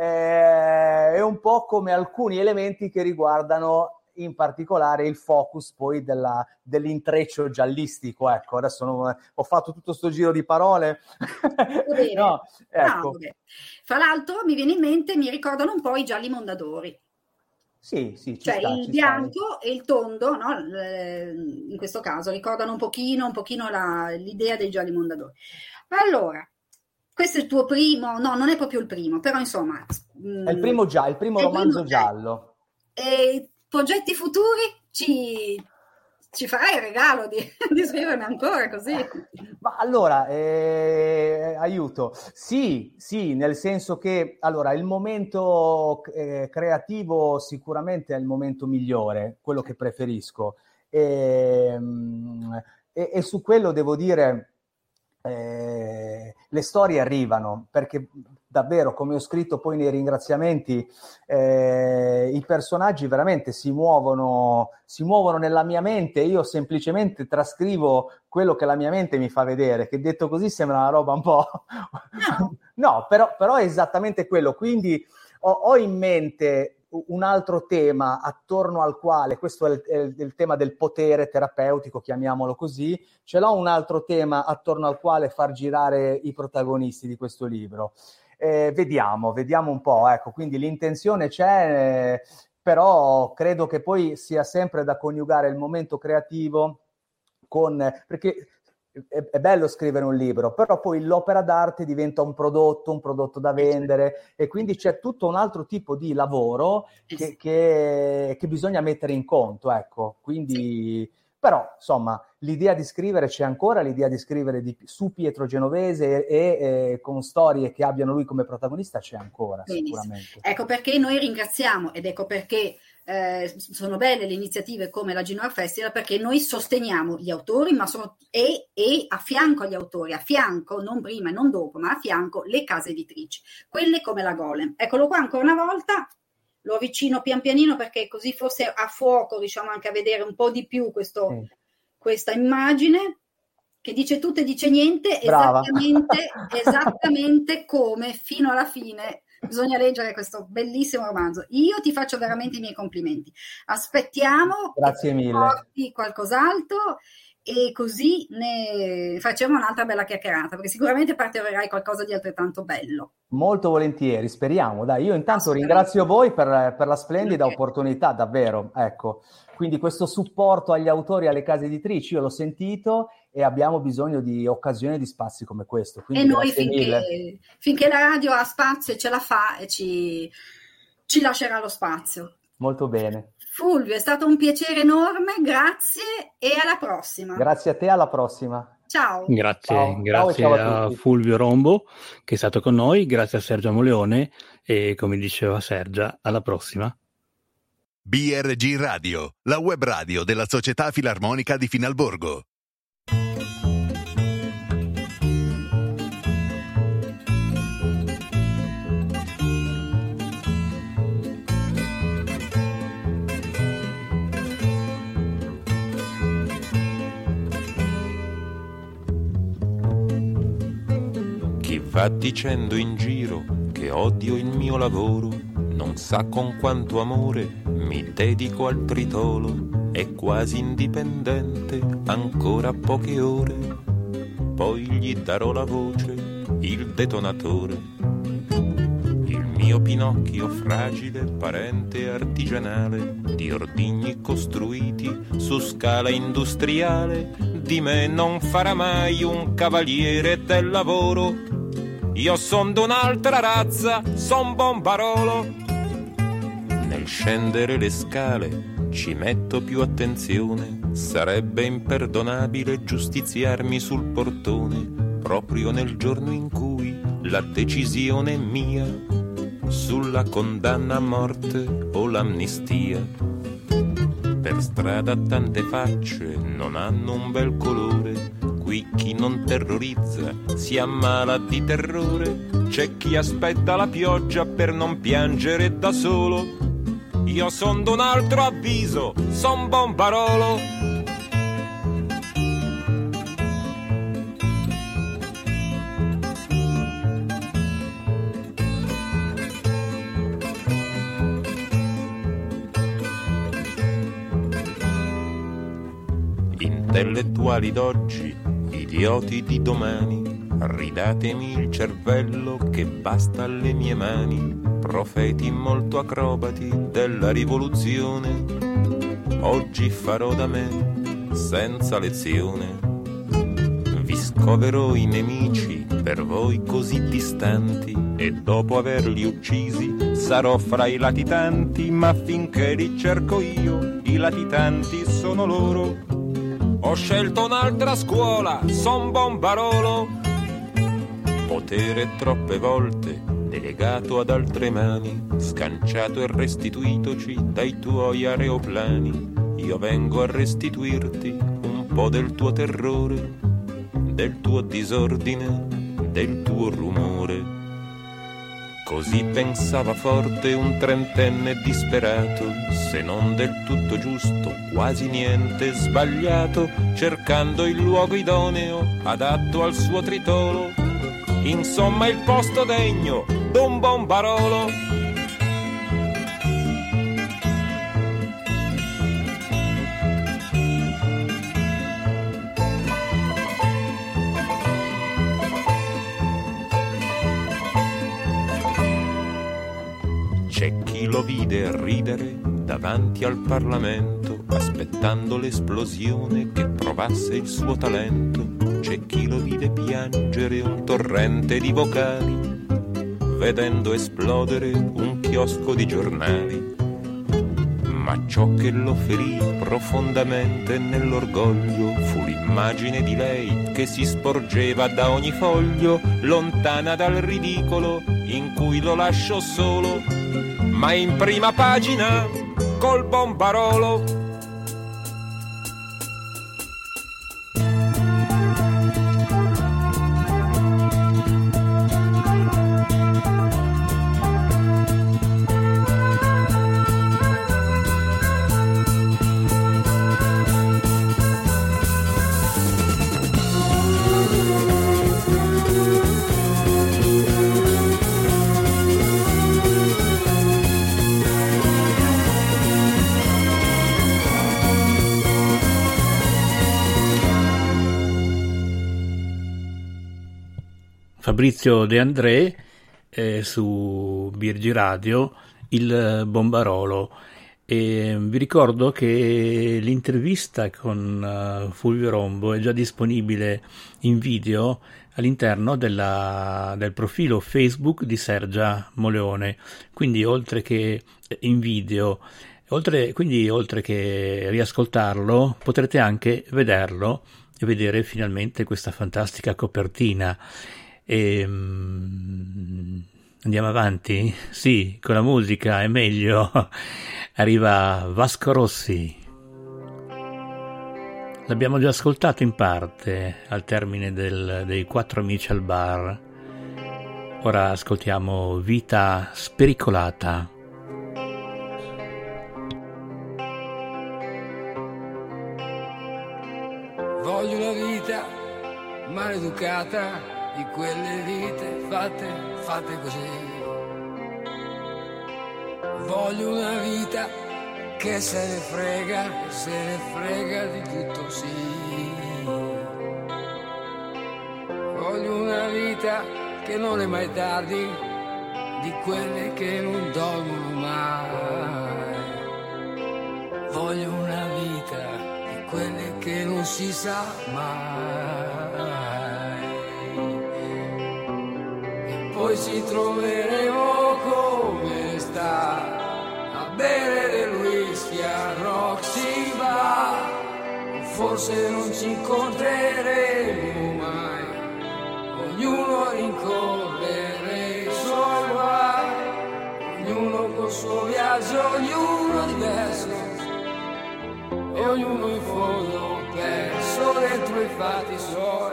eh, è un po' come alcuni elementi che riguardano in particolare il focus poi della- dell'intreccio giallistico. Ecco, adesso non- ho fatto tutto sto giro di parole. Va bene. No, No, ecco. vabbè. Fra l'altro mi viene in mente, mi ricordano un po' i gialli mondadori. Sì, sì, ci Cioè sta, il ci sta. bianco e il tondo, no? L- in questo caso ricordano un pochino, un pochino la- l'idea dei gialli mondadori. Allora, questo è il tuo primo, no, non è proprio il primo, però insomma, È il primo, già, il primo è il romanzo primo, eh. giallo. E progetti futuri ci, ci farai il regalo di, di scriverne ancora così. Ma allora, eh, aiuto. Sì, sì, nel senso che allora il momento eh, creativo sicuramente è il momento migliore, quello che preferisco. E, e- e su quello devo dire, eh, le storie arrivano, perché davvero, come ho scritto poi nei ringraziamenti, eh, i personaggi veramente si muovono, si muovono nella mia mente, io semplicemente trascrivo quello che la mia mente mi fa vedere, che detto così sembra una roba un po'... No. No, però, però è esattamente quello, quindi ho, ho in mente un altro tema attorno al quale, questo è il, è il tema del potere terapeutico, chiamiamolo così, ce l'ho un altro tema attorno al quale far girare i protagonisti di questo libro. Eh, vediamo, vediamo un po', ecco, quindi l'intenzione c'è, eh, però credo che poi sia sempre da coniugare il momento creativo con... perché è, è bello scrivere un libro, però poi l'opera d'arte diventa un prodotto, un prodotto da vendere, e quindi c'è tutto un altro tipo di lavoro che, che, che bisogna mettere in conto, ecco, quindi... Però, insomma, l'idea di scrivere c'è ancora, l'idea di scrivere di, su Pietro Genovese e, e eh, con storie che abbiano lui come protagonista c'è ancora. Benissimo. Sicuramente. Ecco perché noi ringraziamo, ed ecco perché eh, sono belle le iniziative come la Aginoir Festival, perché noi sosteniamo gli autori, ma sono, e, e a fianco agli autori, a fianco, non prima e non dopo, ma a fianco le case editrici, quelle come la Golem. Eccolo qua ancora una volta. Lo avvicino pian pianino perché così forse a fuoco riusciamo anche a vedere un po' di più questo, Sì. questa immagine che dice tutto e dice niente, Brava. esattamente, esattamente come fino alla fine bisogna leggere questo bellissimo romanzo. Io ti faccio veramente i miei complimenti. Aspettiamo Grazie che mille. porti qualcos'altro e così ne facciamo un'altra bella chiacchierata, perché sicuramente partorerai qualcosa di altrettanto bello. Molto volentieri, speriamo. Dai, io intanto Assolutamente. ringrazio voi per, per la splendida Ok. opportunità, davvero. Ecco, quindi questo supporto agli autori e alle case editrici, io l'ho sentito e abbiamo bisogno di occasioni e di spazi come questo. Quindi E noi grazie mille. finché, finché la radio ha spazio e ce la fa e ci, ci lascerà lo spazio. Molto bene. Fulvio, è stato un piacere enorme, grazie e alla prossima. Grazie a te, alla prossima. Ciao. Grazie, Ciao. grazie Ciao, ciao a a, tutti. Fulvio Rombo che è stato con noi, grazie a Sergia Moleone e, come diceva Sergia, alla prossima. B R G Radio, la web radio della Società Filarmonica di Finalborgo. Chi va dicendo in giro che odio il mio lavoro non sa con quanto amore mi dedico al tritolo. È quasi indipendente, ancora poche ore, poi gli darò la voce, il detonatore. Il mio Pinocchio fragile, parente artigianale, di ordigni costruiti su scala industriale, di me non farà mai un cavaliere del lavoro. Io son d'un'altra razza, son Bombarolo. Nel scendere le scale ci metto più attenzione, sarebbe imperdonabile giustiziarmi sul portone, proprio nel giorno in cui la decisione è mia sulla condanna a morte o l'amnistia. Per strada tante facce non hanno un bel colore, qui chi non terrorizza si ammala di terrore, c'è chi aspetta la pioggia per non piangere da solo. Io son d'un altro avviso, son Bombarolo. Intellettuali d'oggi, idioti di domani, ridatemi il cervello che basta alle mie mani, profeti molto acrobati della rivoluzione. Oggi farò da me, senza lezione. Vi scoverò i nemici per voi così distanti, e dopo averli uccisi sarò fra i latitanti, ma finché li cerco io, i latitanti sono loro. Ho scelto un'altra scuola, son Bombarolo. Potere troppe volte delegato ad altre mani, scanciato e restituitoci dai tuoi aeroplani. Io vengo a restituirti un po' del tuo terrore, del tuo disordine, del tuo rumore. Così pensava forte un trentenne disperato, se non del tutto giusto, quasi niente sbagliato, cercando il luogo idoneo, adatto al suo tritolo. Insomma il posto degno d'un Bombarolo. C'è chi lo vide ridere davanti al Parlamento, aspettando l'esplosione che provasse il suo talento. C'è chi lo vide piangere un torrente di vocali, vedendo esplodere un chiosco di giornali. Ma ciò che lo ferì profondamente nell'orgoglio fu l'immagine di lei che si sporgeva da ogni foglio, lontana dal ridicolo in cui lo lascio solo, ma in prima pagina col Bombarolo. Fabrizio De André eh, su B R G Radio, il Bombarolo. E vi ricordo che l'intervista con uh, Fulvio Rombo è già disponibile in video all'interno della, del profilo Facebook di Sergia Moleone, quindi oltre che in video Oltre, quindi oltre che riascoltarlo, potrete anche vederlo e vedere finalmente questa fantastica copertina. E, um, andiamo avanti? Sì, con la musica è meglio. Arriva Vasco Rossi. L'abbiamo già ascoltato in parte al termine del, dei Quattro Amici al Bar. Ora ascoltiamo Vita Spericolata. Voglio una vita maleducata, di quelle vite fatte, fatte così. Voglio una vita che se ne frega, che se ne frega di tutto, sì. Voglio una vita che non è mai tardi, di quelle che non dormono mai. Voglio una vita di quelle che non si sa mai. E poi ci troveremo come sta a bere del whisky a Roxy Bar. Forse non ci incontreremo mai, ognuno rincorrere i suoi guai, ognuno col suo viaggio, ognuno diverso, e ognuno in fondo perso dentro i fatti suoi.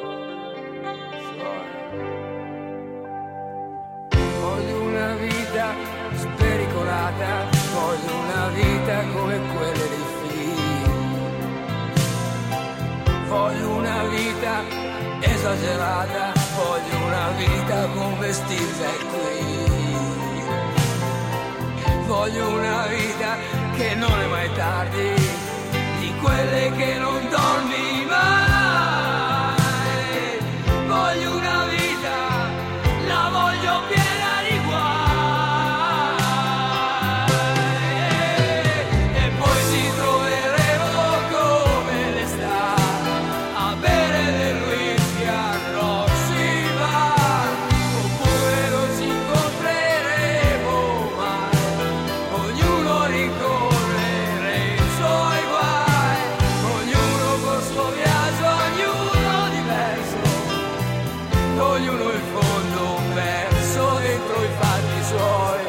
Voglio una vita spericolata, voglio una vita come quelle dei film. Voglio una vita esagerata, voglio una vita come Steve qui. Voglio una vita che non è mai tardi, di quelle che non dormi mai. Voglio una vita, la voglio piena di guai. E poi ci troveremo come l'estate a bere del whisky a Roxy Bar. Oppure non ci incontreremo mai, ognuno rincorrere i suoi guai, ognuno col suo viaggio, ognuno diverso, ognuno in fondo perso dentro i fatti suoi.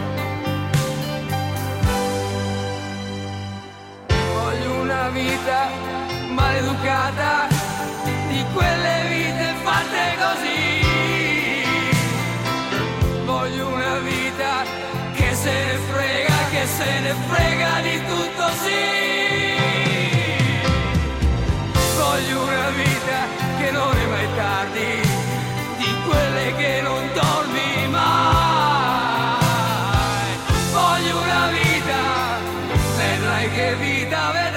Voglio una vita maleducata, di quelle vite fatte così. Voglio una vita che se ne frega, che se ne frega di tutto, sì. Voglio una vita che non è mai tardi, di quelle che non dormi mai. Voglio una vita, vedrai che vita vedrai.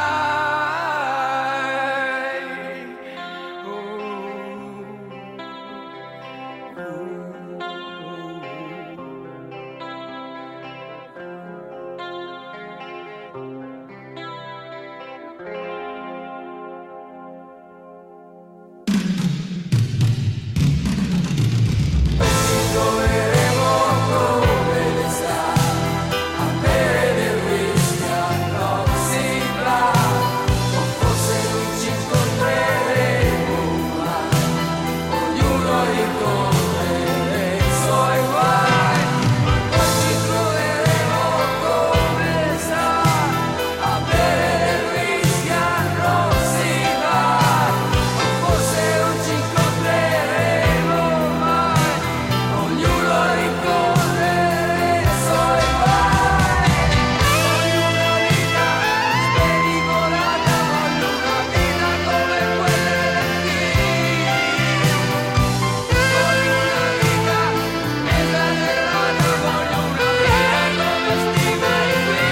Troveremo come l'estate a bere del whisky a Roxy Bar. O forse non ci incontreremo mai, ognuno rincorrere i suoi guai. Poi ci troveremo come l'estate a bere del whisky a Roxy Bar. O forse non ci incontreremo mai, ognuno rincorrere i suoi guai. Voglio una vita spericolata, voglio una vita come quelle del film. Voglio una vita esagerata, voglio una vita come Steve qui.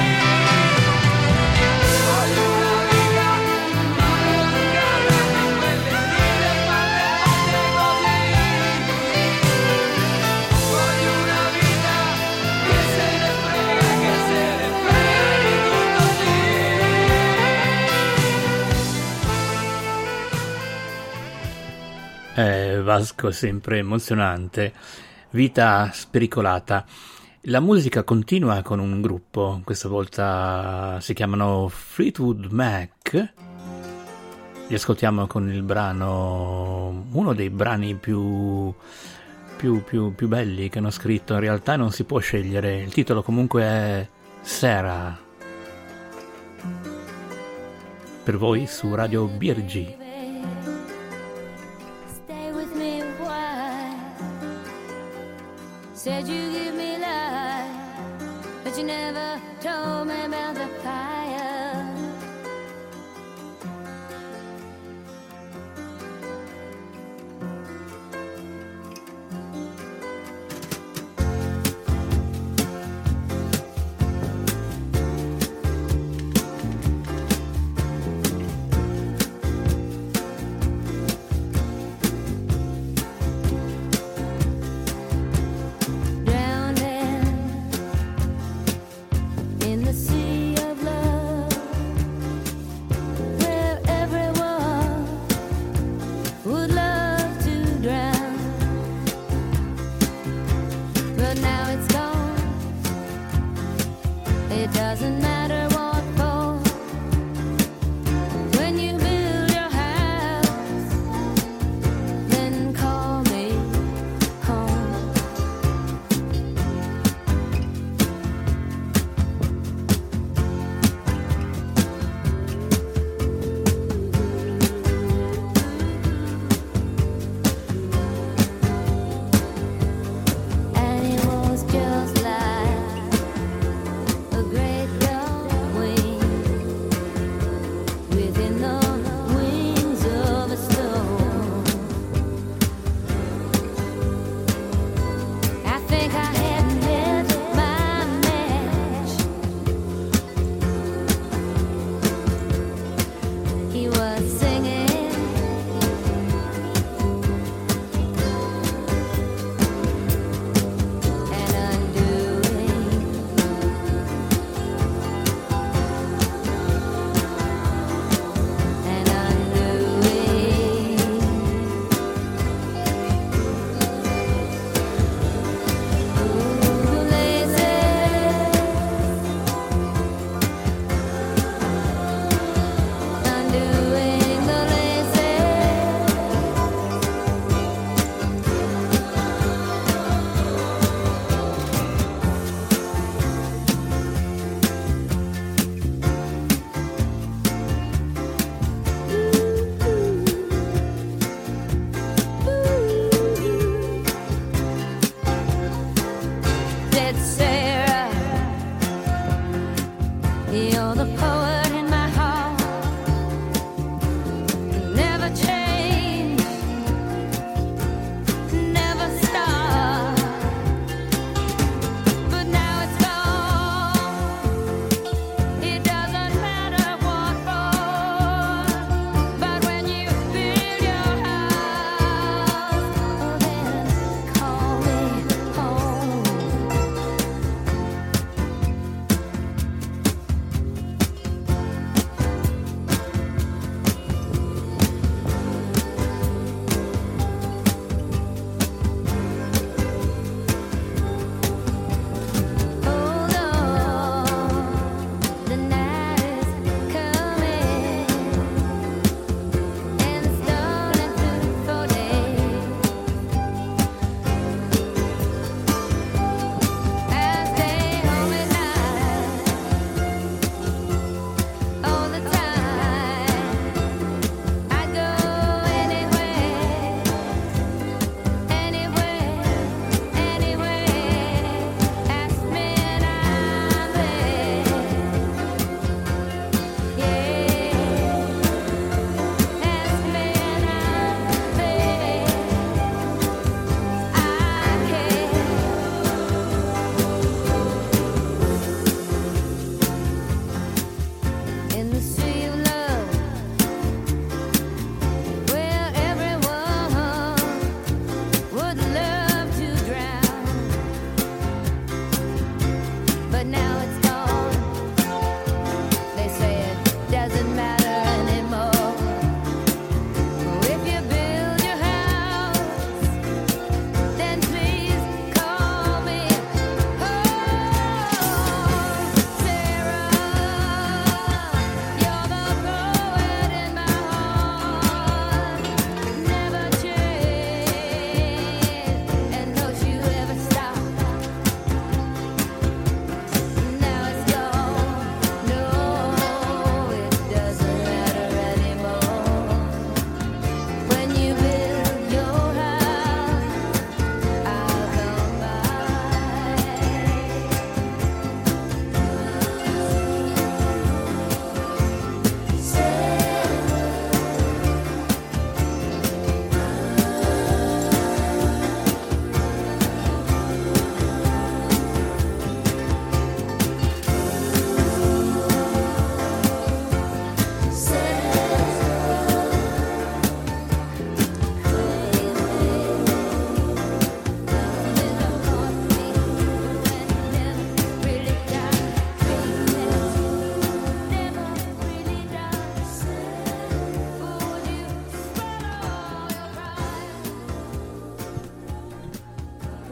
Voglio una vita maleducata, di quelle vite fatte così. Voglio una vita che se ne frega, che se ne frega di tutto, sì. Eh, Vasco è sempre emozionante. Vita spericolata. La musica continua con un gruppo, questa volta si chiamano Fleetwood Mac. Li ascoltiamo con il brano, uno dei brani più, più, più, più belli che hanno scritto. In realtà non si può scegliere, il titolo comunque è Sarah. Per voi su Radio B R G. Stay with me a while. Said you give me life, but you never told me about the fire. Drowning in the sea of love.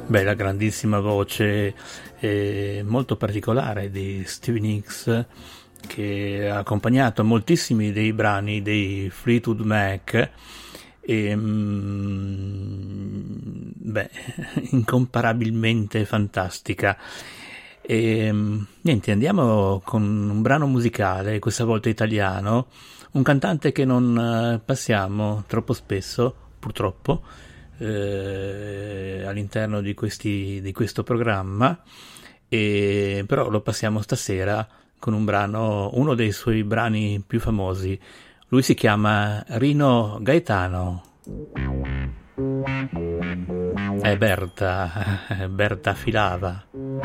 Beh, la grandissima voce eh, molto particolare di Stevie Nicks, che ha accompagnato moltissimi dei brani dei Fleetwood Mac, e mm, beh, incomparabilmente fantastica. E niente, andiamo con un brano musicale, questa volta italiano, un cantante che non passiamo troppo spesso, purtroppo, eh, all'interno di, questi, di questo programma, e però lo passiamo stasera con un brano, uno dei suoi brani più famosi. Lui si chiama Rino Gaetano. È Berta, Berta filava.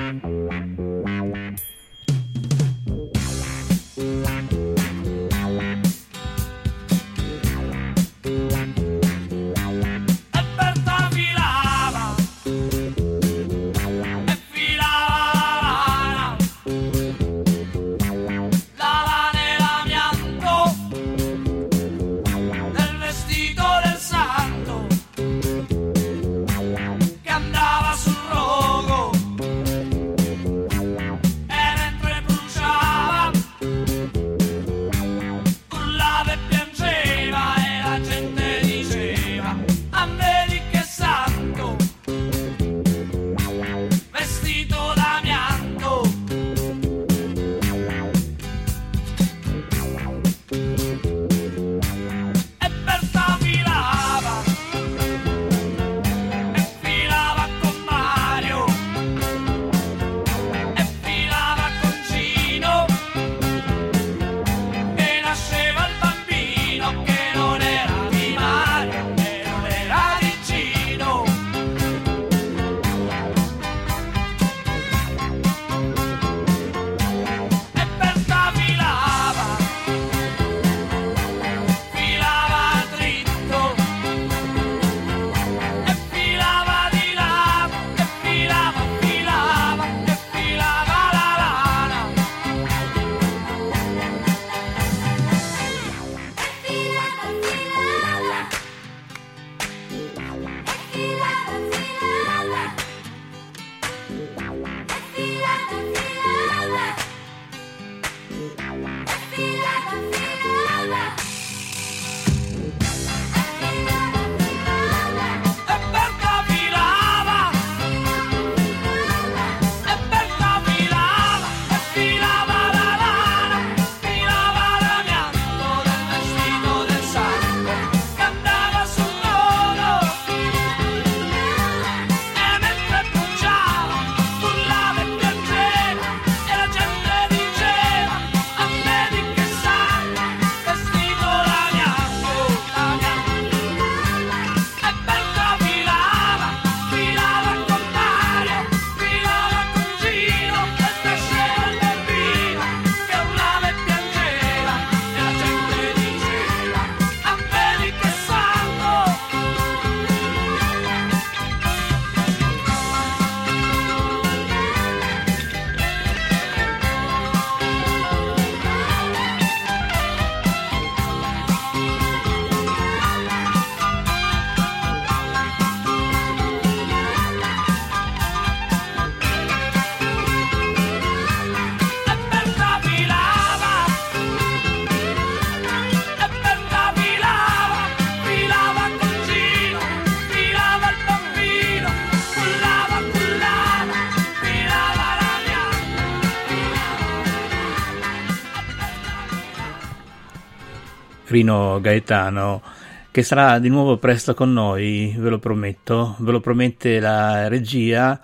Rino Gaetano, che sarà di nuovo presto con noi, ve lo prometto, ve lo promette la regia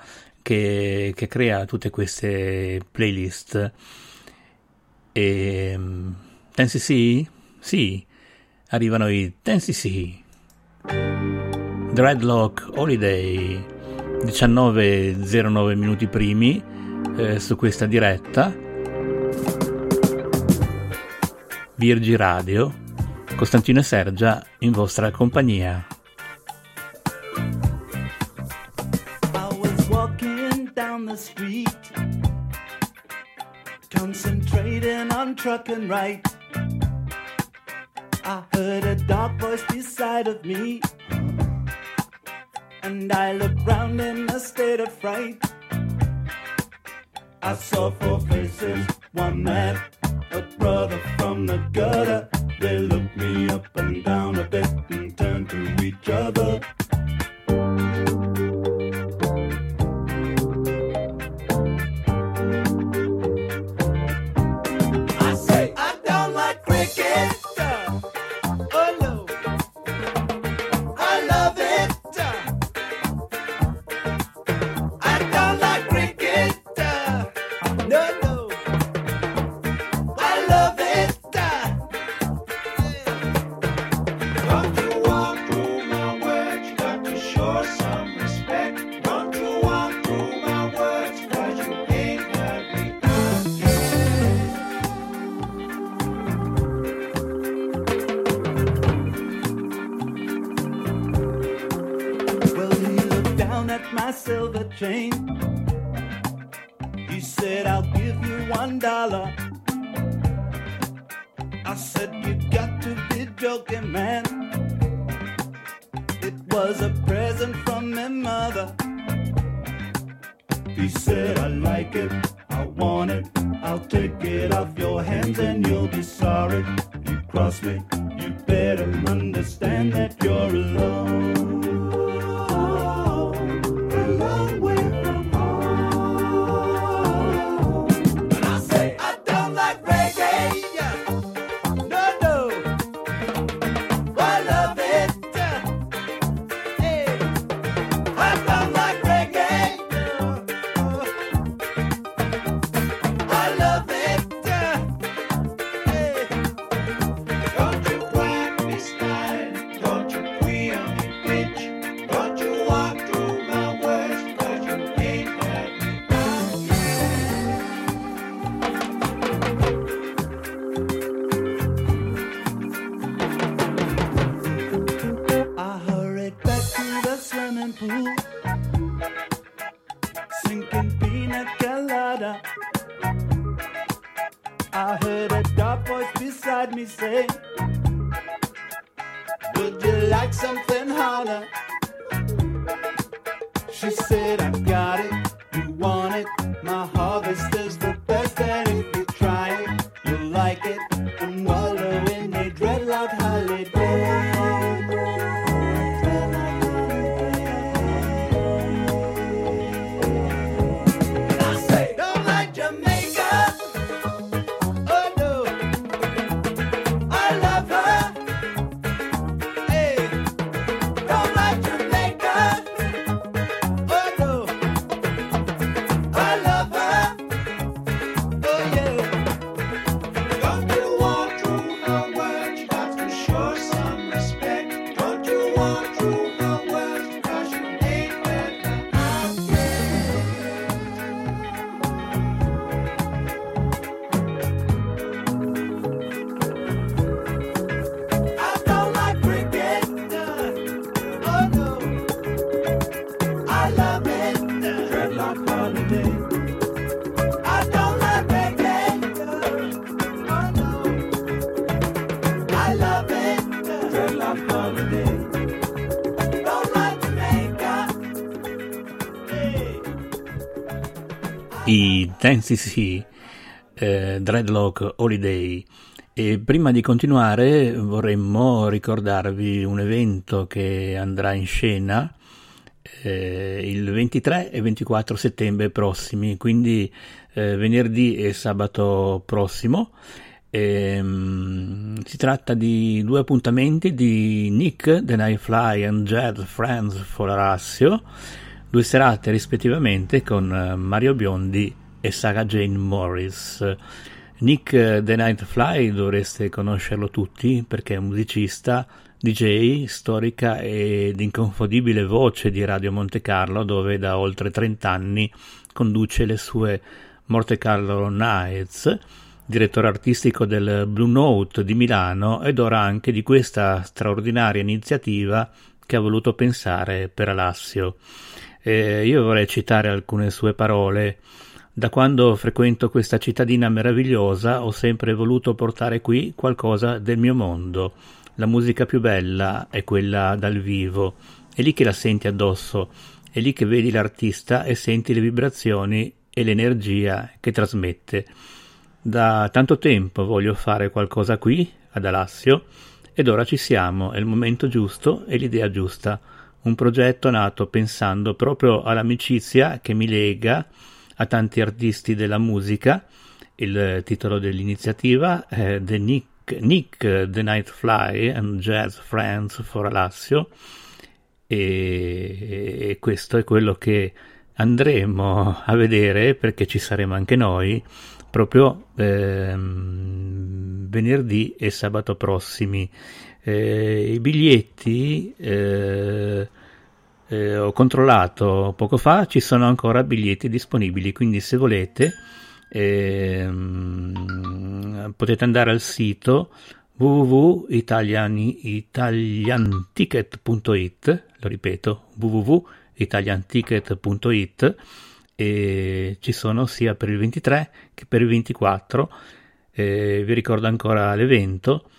che, che crea tutte queste playlist. E Ten C C? Sì, arrivano i Ten C C. Dreadlock Holiday, diciannove e zero nove minuti primi eh, su questa diretta. Virgi Radio, Costantino e Sergia in vostra compagnia. I was walking down the street, concentrating on truck and right. I heard a dark voice beside of me, and I looked round in a state of fright. I saw four faces, one man, a brother from the gutter. They looked me up and down a bit and turned to each other. I say, I don't like cricket. Oh no, I love it. I don't like cricket. No, no, I love it. Don't you walk through my words, you got to show some respect. Don't you walk through my words, cause you ain't heard me out yet. Well, he looked down at my silver chain. He said, I'll give you one dollar. I said, you got to be joking, man. It was a present from my mother. He said, I like it, I want it, I'll take it off your hands and you'll be sorry. You cross me, you better understand that you're alone. A long way from home. And I say, I don't like reggae. No, no, I love it. Hey, I don't like reggae. I love it. Hey, don't you whack me style, don't you queer me bitch, don't you walk through my words, cause you ain't heard me out yet. I hurried back to the swimming pool, sinking pina colada. I heard a dark voice beside me say, would you like something harder? She said, I got it, you want it, my harvest is the best, and if you try it, you'll like it, and wallow in a dreadlock holiday. And I say, don't like Jamaica. Oh no, I love her. Hey, don't like Jamaica. Oh no, I love her. Oh yeah. Don't you walk through my words, you got to show some respect. Don't you walk through my words, cause you ain't heard me out yet. I don't like cricket. Oh no, I love it. Dreadlock holiday. I don't like reggae. Oh no, I love it. Dreadlock holiday. Don't like Jamaica. Hey. I Tennessee eh, Dreadlock Holiday. E prima di continuare vorremmo ricordarvi un evento che andrà in scena eh, il ventitré e ventiquattro settembre prossimi, quindi eh, venerdì e sabato prossimo. Ehm, si tratta di due appuntamenti di Nick, The Nightfly and Jazz Friends for Horacio, due serate rispettivamente con eh, Mario Biondi e Sarah Jane Morris. Nick The Nightfly dovreste conoscerlo tutti perché è un musicista, D J, storica ed inconfondibile voce di Radio Monte Carlo, dove da oltre trenta anni conduce le sue Monte Carlo Nights, direttore artistico del Blue Note di Milano ed ora anche di questa straordinaria iniziativa che ha voluto pensare per Alassio. Eh, io vorrei citare alcune sue parole. Da quando frequento questa cittadina meravigliosa ho sempre voluto portare qui qualcosa del mio mondo. La musica più bella è quella dal vivo è lì che la senti addosso, è lì che vedi l'artista e senti le vibrazioni e l'energia che trasmette. Da tanto tempo voglio fare qualcosa qui ad Alassio ed ora ci siamo, è il momento giusto e l'idea giusta. Un progetto nato pensando proprio all'amicizia che mi lega a tanti artisti della musica. Il titolo dell'iniziativa è The Nick, Nick The Nightfly and Jazz Friends for Alassio, e questo è quello che andremo a vedere, perché ci saremo anche noi proprio ehm, venerdì e sabato prossimi. Eh, i biglietti eh, eh, ho controllato poco fa, ci sono ancora biglietti disponibili, quindi se volete ehm, potete andare al sito w w w punto italian ticket punto it, lo ripeto, w w w punto italian ticket punto it, e ci sono sia per il ventitré che per il ventiquattro. Eh, vi ricordo ancora l'evento.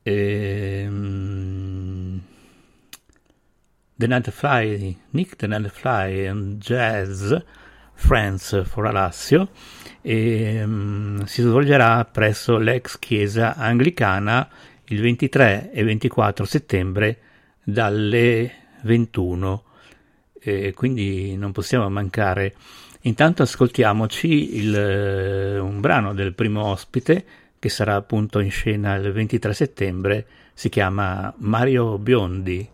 Ehm, The Nightfly, Nick The Nightfly and Jazz Friends for Alassio, e, um, si svolgerà presso l'ex chiesa anglicana il ventitré e ventiquattro settembre dalle ventuno, e quindi non possiamo mancare. Intanto ascoltiamoci il, un brano del primo ospite che sarà appunto in scena il ventitré settembre, si chiama Mario Biondi.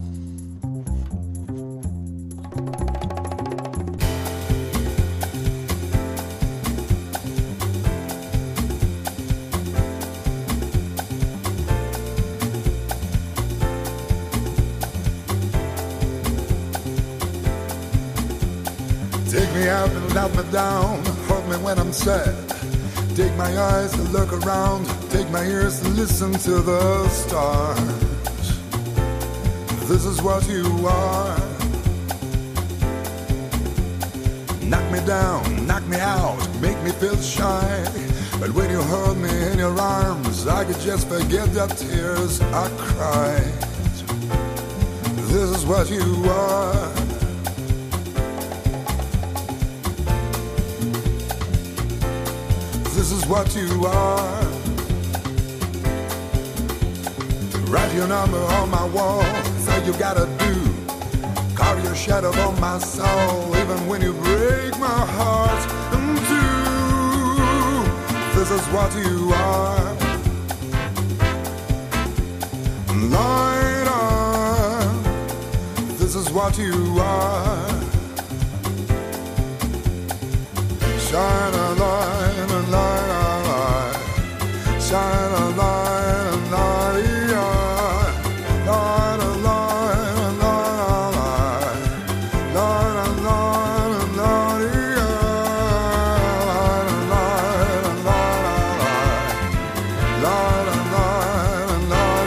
Take me up and let me down, hold me when I'm sad. Take my eyes to look around, take my ears to listen to the stars. This is what you are. Knock me down, knock me out, make me feel shy. But when you hold me in your arms, I could just forget the tears I cried. This is what you are. This is what you are. Write your number on my wall, say you gotta do. Carve your shadow on my soul, even when you break my heart in two. This is what you are. Light up. This is what you are. Shine a light and light a light. Shine a light and light a light a light and light a light. Light a light and light a light and light and light a light. Light a light and light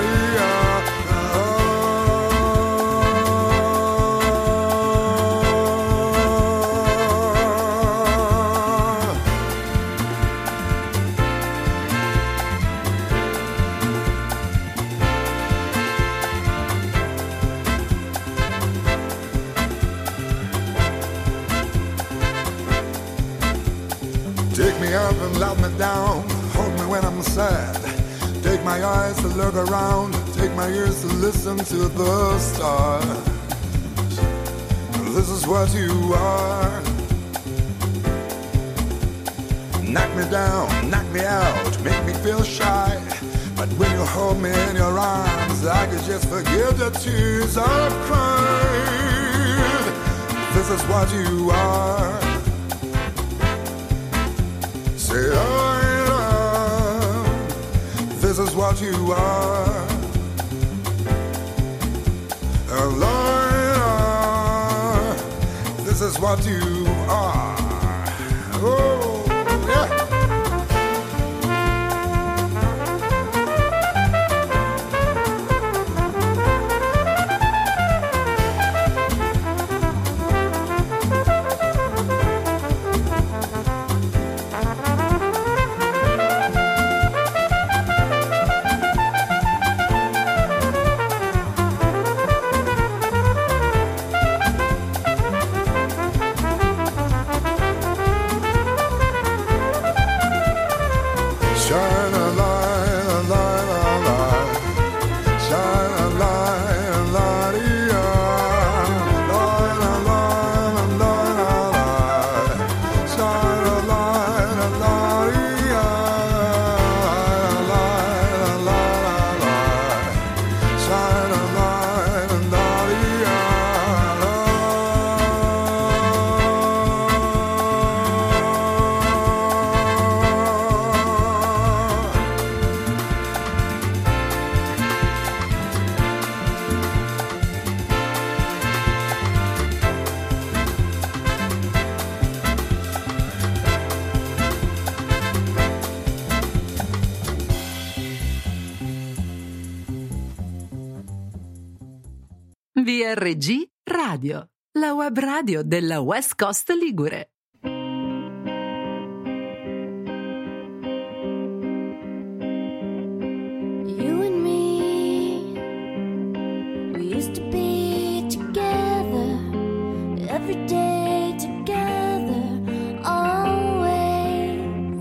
Take me up and let me down, hold me when I'm sad. Take my eyes to look around, take my ears to listen to the stars. This is what you are. Knock me down, knock me out, make me feel shy. But when you hold me in your arms, I could just forget the tears I've cried. This is what you are. Say I love. This is what you are. A liar. This is what you are. Oh, yeah. R G Radio, la web radio della West Coast Ligure. You and me, we used to be together, every day together, always.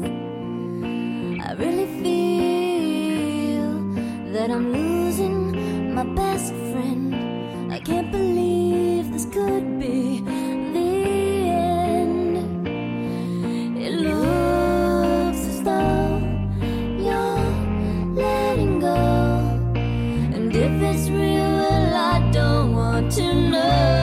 I really feel that I'm losing my best friend. I can't believe this could be the end. It looks as though you're letting go, and if it's real, well, I don't want to know.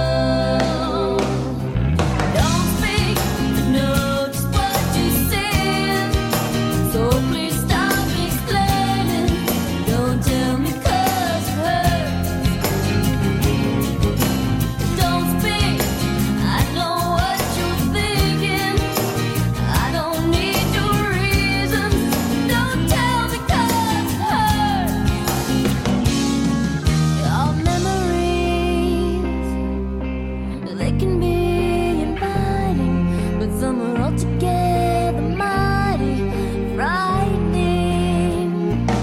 Don't speak, I know just what you said, so please stop explaining. Don't tell me 'cause it hurts. Don't speak, I know what you're thinking. I don't need your reasons. Don't tell me 'cause it hurts. Our memories, they can be inviting, but some are altogether mighty frightening.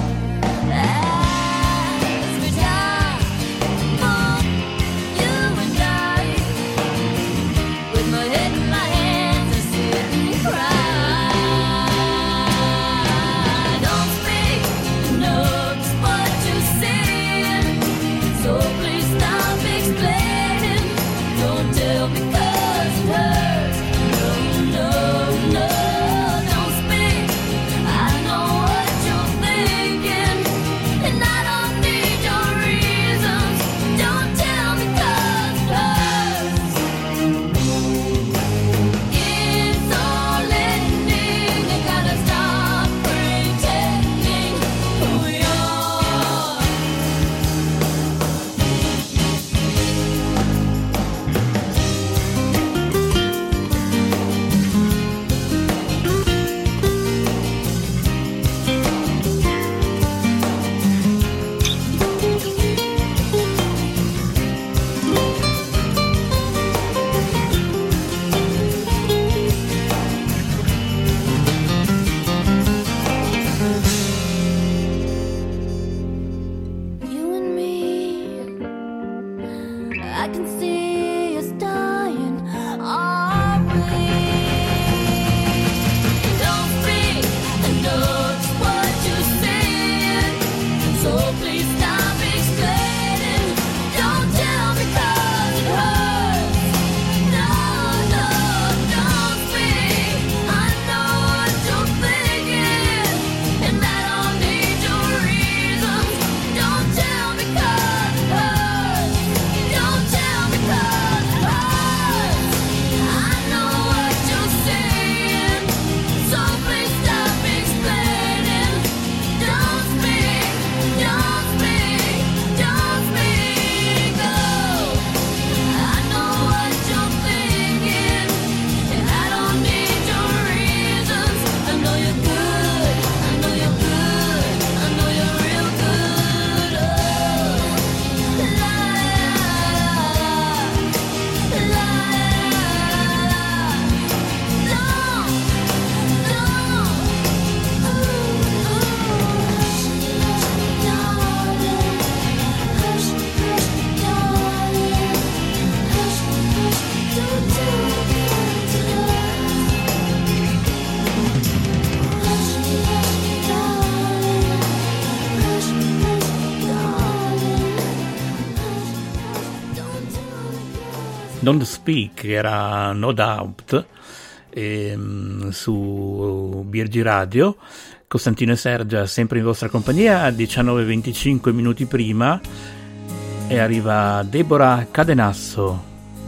As we die for you and I, with my head in my hands, I sit and cry. Don't speak, I know just what you're saying, so please stop explaining. Don't tell me 'cause it hurts. No, no, no, don't speak. I know what you're thinking, and I don't need your reasons. Don't tell me 'cause it hurts. It's all ending. You gotta stop pretending who you are. You and me, I can see us dying, are we? Don't speak, I know just what you're saying, so please stop explaining. Don't tell me 'cause it hurts. No, no, don't speak. I know what you're thinking, and I don't need your reasons. Don't tell me 'cause it hurts. Don't tell me 'cause it hurts. I know what you're saying, so please stop explaining. Don't speak, don't speak, don't speak. Oh, I know what you're thinking, and I don't need your reasons. I know you're good, I know you're good, I know you're real good. Oh, la la la la. Don't, don't. Ooh, hush, hush, darling. Hush, hush, darling. Hush, hush, don't tell me 'cause it hurts. Hush, hush, darling. Hush, hush, darling. Hush, hush, don't tell me 'cause Don't Speak era No Doubt ehm, su B R G Radio. Costantino e Sergia sempre in vostra compagnia. A diciannove e venticinque minuti prima e arriva Deborah Cadenasso.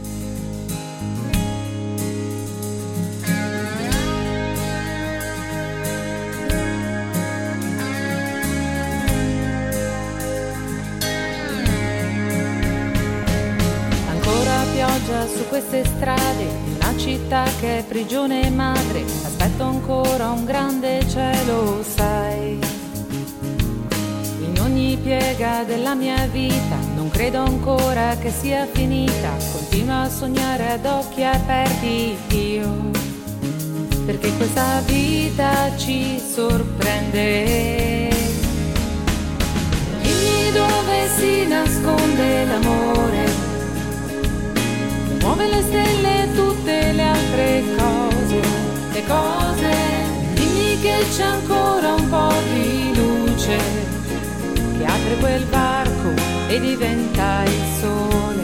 Ancora pioggia su queste strade di una città che è prigione madre. Aspetto ancora un grande cielo, sai. In ogni piega della mia vita, non credo ancora che sia finita, continuo a sognare ad occhi aperti io, perché questa vita ci sorprende. Dimmi dove si nasconde l'amore, muove le stelle e tutte le altre cose, le cose. Dimmi che c'è ancora un po' di luce, che apre quel varco e diventa il sole.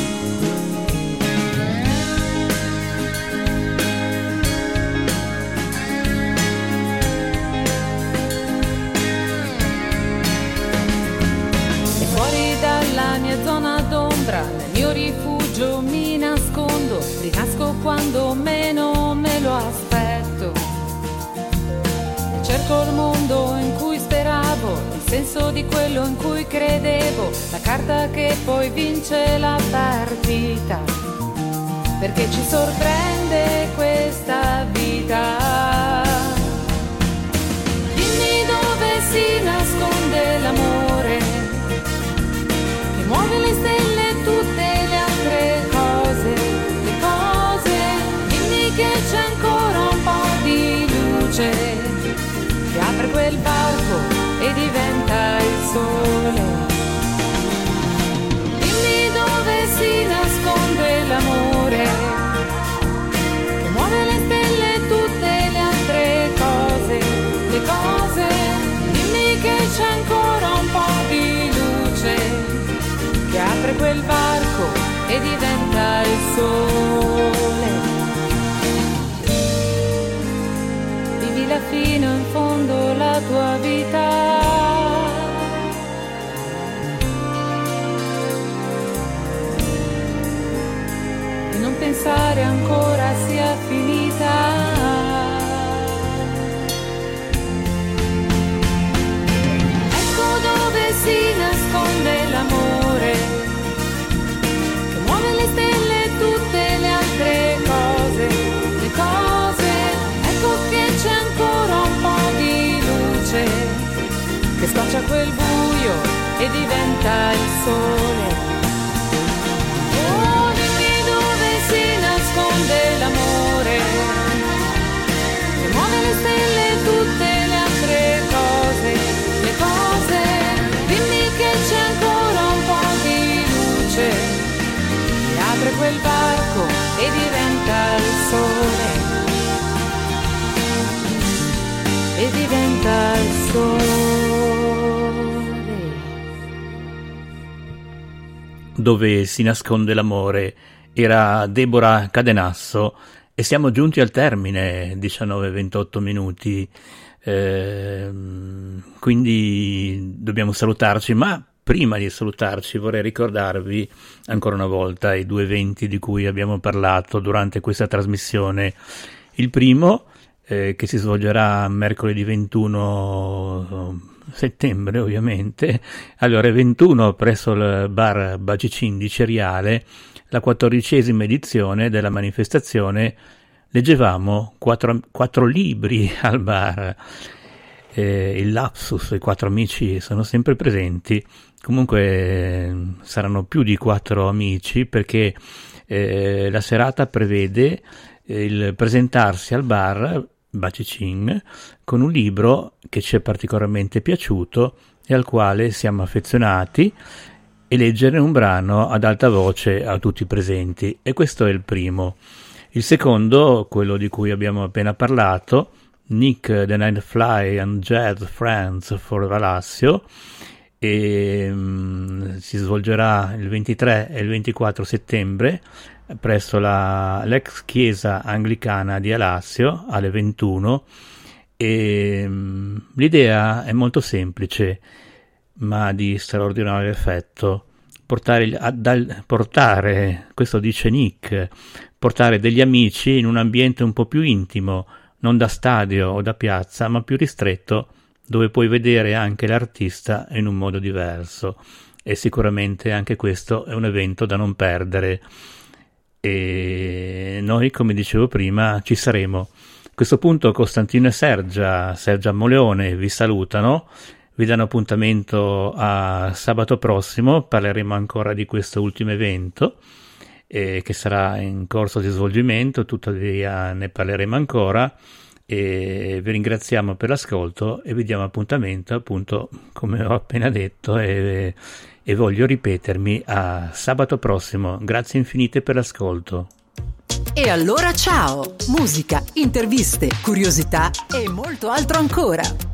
E fuori dalla mia zona d'ombra, nel mio rifugio mi nascondo, rinasco quando meno me lo aspetto. E cerco il mondo in cui speravo, il senso di quello in cui credevo, la carta che poi vince la partita, perché ci sorprende questa vita. Dimmi dove si nasconde l'amore, che muove le stelle e tutte le altre cose, le cose. Dimmi che c'è ancora un po' di luce, che apre quel varco e diventa il sole. Dimmi dove si nasconde l'amore, che muove le stelle e tutte le altre cose, le cose. Dimmi che c'è ancora un po' di luce, che apre quel varco e diventa il sole. Vivila fino in fondo la tua vita, e non pensare ancora sia finita. Ecco dove si nasconde l'amore, che muove le stelle e tutte le altre cose, le cose. Ecco che c'è ancora un po' di luce, che scoccia quel buio e diventa il sole. Oh, dimmi dove si nasconde l'amore, che muove le stelle e tutte le altre cose, le cose. Dimmi che c'è ancora un po' di luce, che apre quel varco e diventa il sole, e diventa il sole. Dove si nasconde l'amore era Deborah Cadenasso, e siamo giunti al termine, diciannove e ventotto minuti, eh, quindi dobbiamo salutarci, ma prima di salutarci vorrei ricordarvi ancora una volta i due eventi di cui abbiamo parlato durante questa trasmissione. Il primo, eh, che si svolgerà mercoledì ventuno settembre, ovviamente, alle ore ventuno presso il bar Bacicin di Ceriale, la quattordicesima edizione della manifestazione Leggevamo quattro, quattro libri al bar. Eh, il lapsus, i quattro amici sono sempre presenti, comunque eh, saranno più di quattro amici, perché eh, la serata prevede eh, il presentarsi al bar Bacicin con un libro che ci è particolarmente piaciuto e al quale siamo affezionati, e leggere un brano ad alta voce a tutti i presenti. E questo è il primo. Il secondo, quello di cui abbiamo appena parlato, Nick the Nightfly and Jazz Friends for Valassio, e um, si svolgerà il ventitré e il ventiquattro settembre presso la, l'ex chiesa anglicana di Alassio alle ventuno. E um, l'idea è molto semplice ma di straordinario effetto: portare, ad, portare, questo dice Nick, portare degli amici in un ambiente un po' più intimo, non da stadio o da piazza, ma più ristretto, dove puoi vedere anche l'artista in un modo diverso. E sicuramente anche questo è un evento da non perdere, e noi, come dicevo prima, ci saremo. A questo punto Costantino e Sergia, Sergia Moleone vi salutano. vi danno appuntamento a sabato prossimo. Parleremo ancora di questo ultimo evento eh, che sarà in corso di svolgimento, tuttavia ne parleremo ancora, e vi ringraziamo per l'ascolto e vi diamo appuntamento, appunto, come ho appena detto, e, e voglio ripetermi, a sabato prossimo. Grazie infinite per l'ascolto. E allora ciao! Musica, interviste, curiosità e molto altro ancora.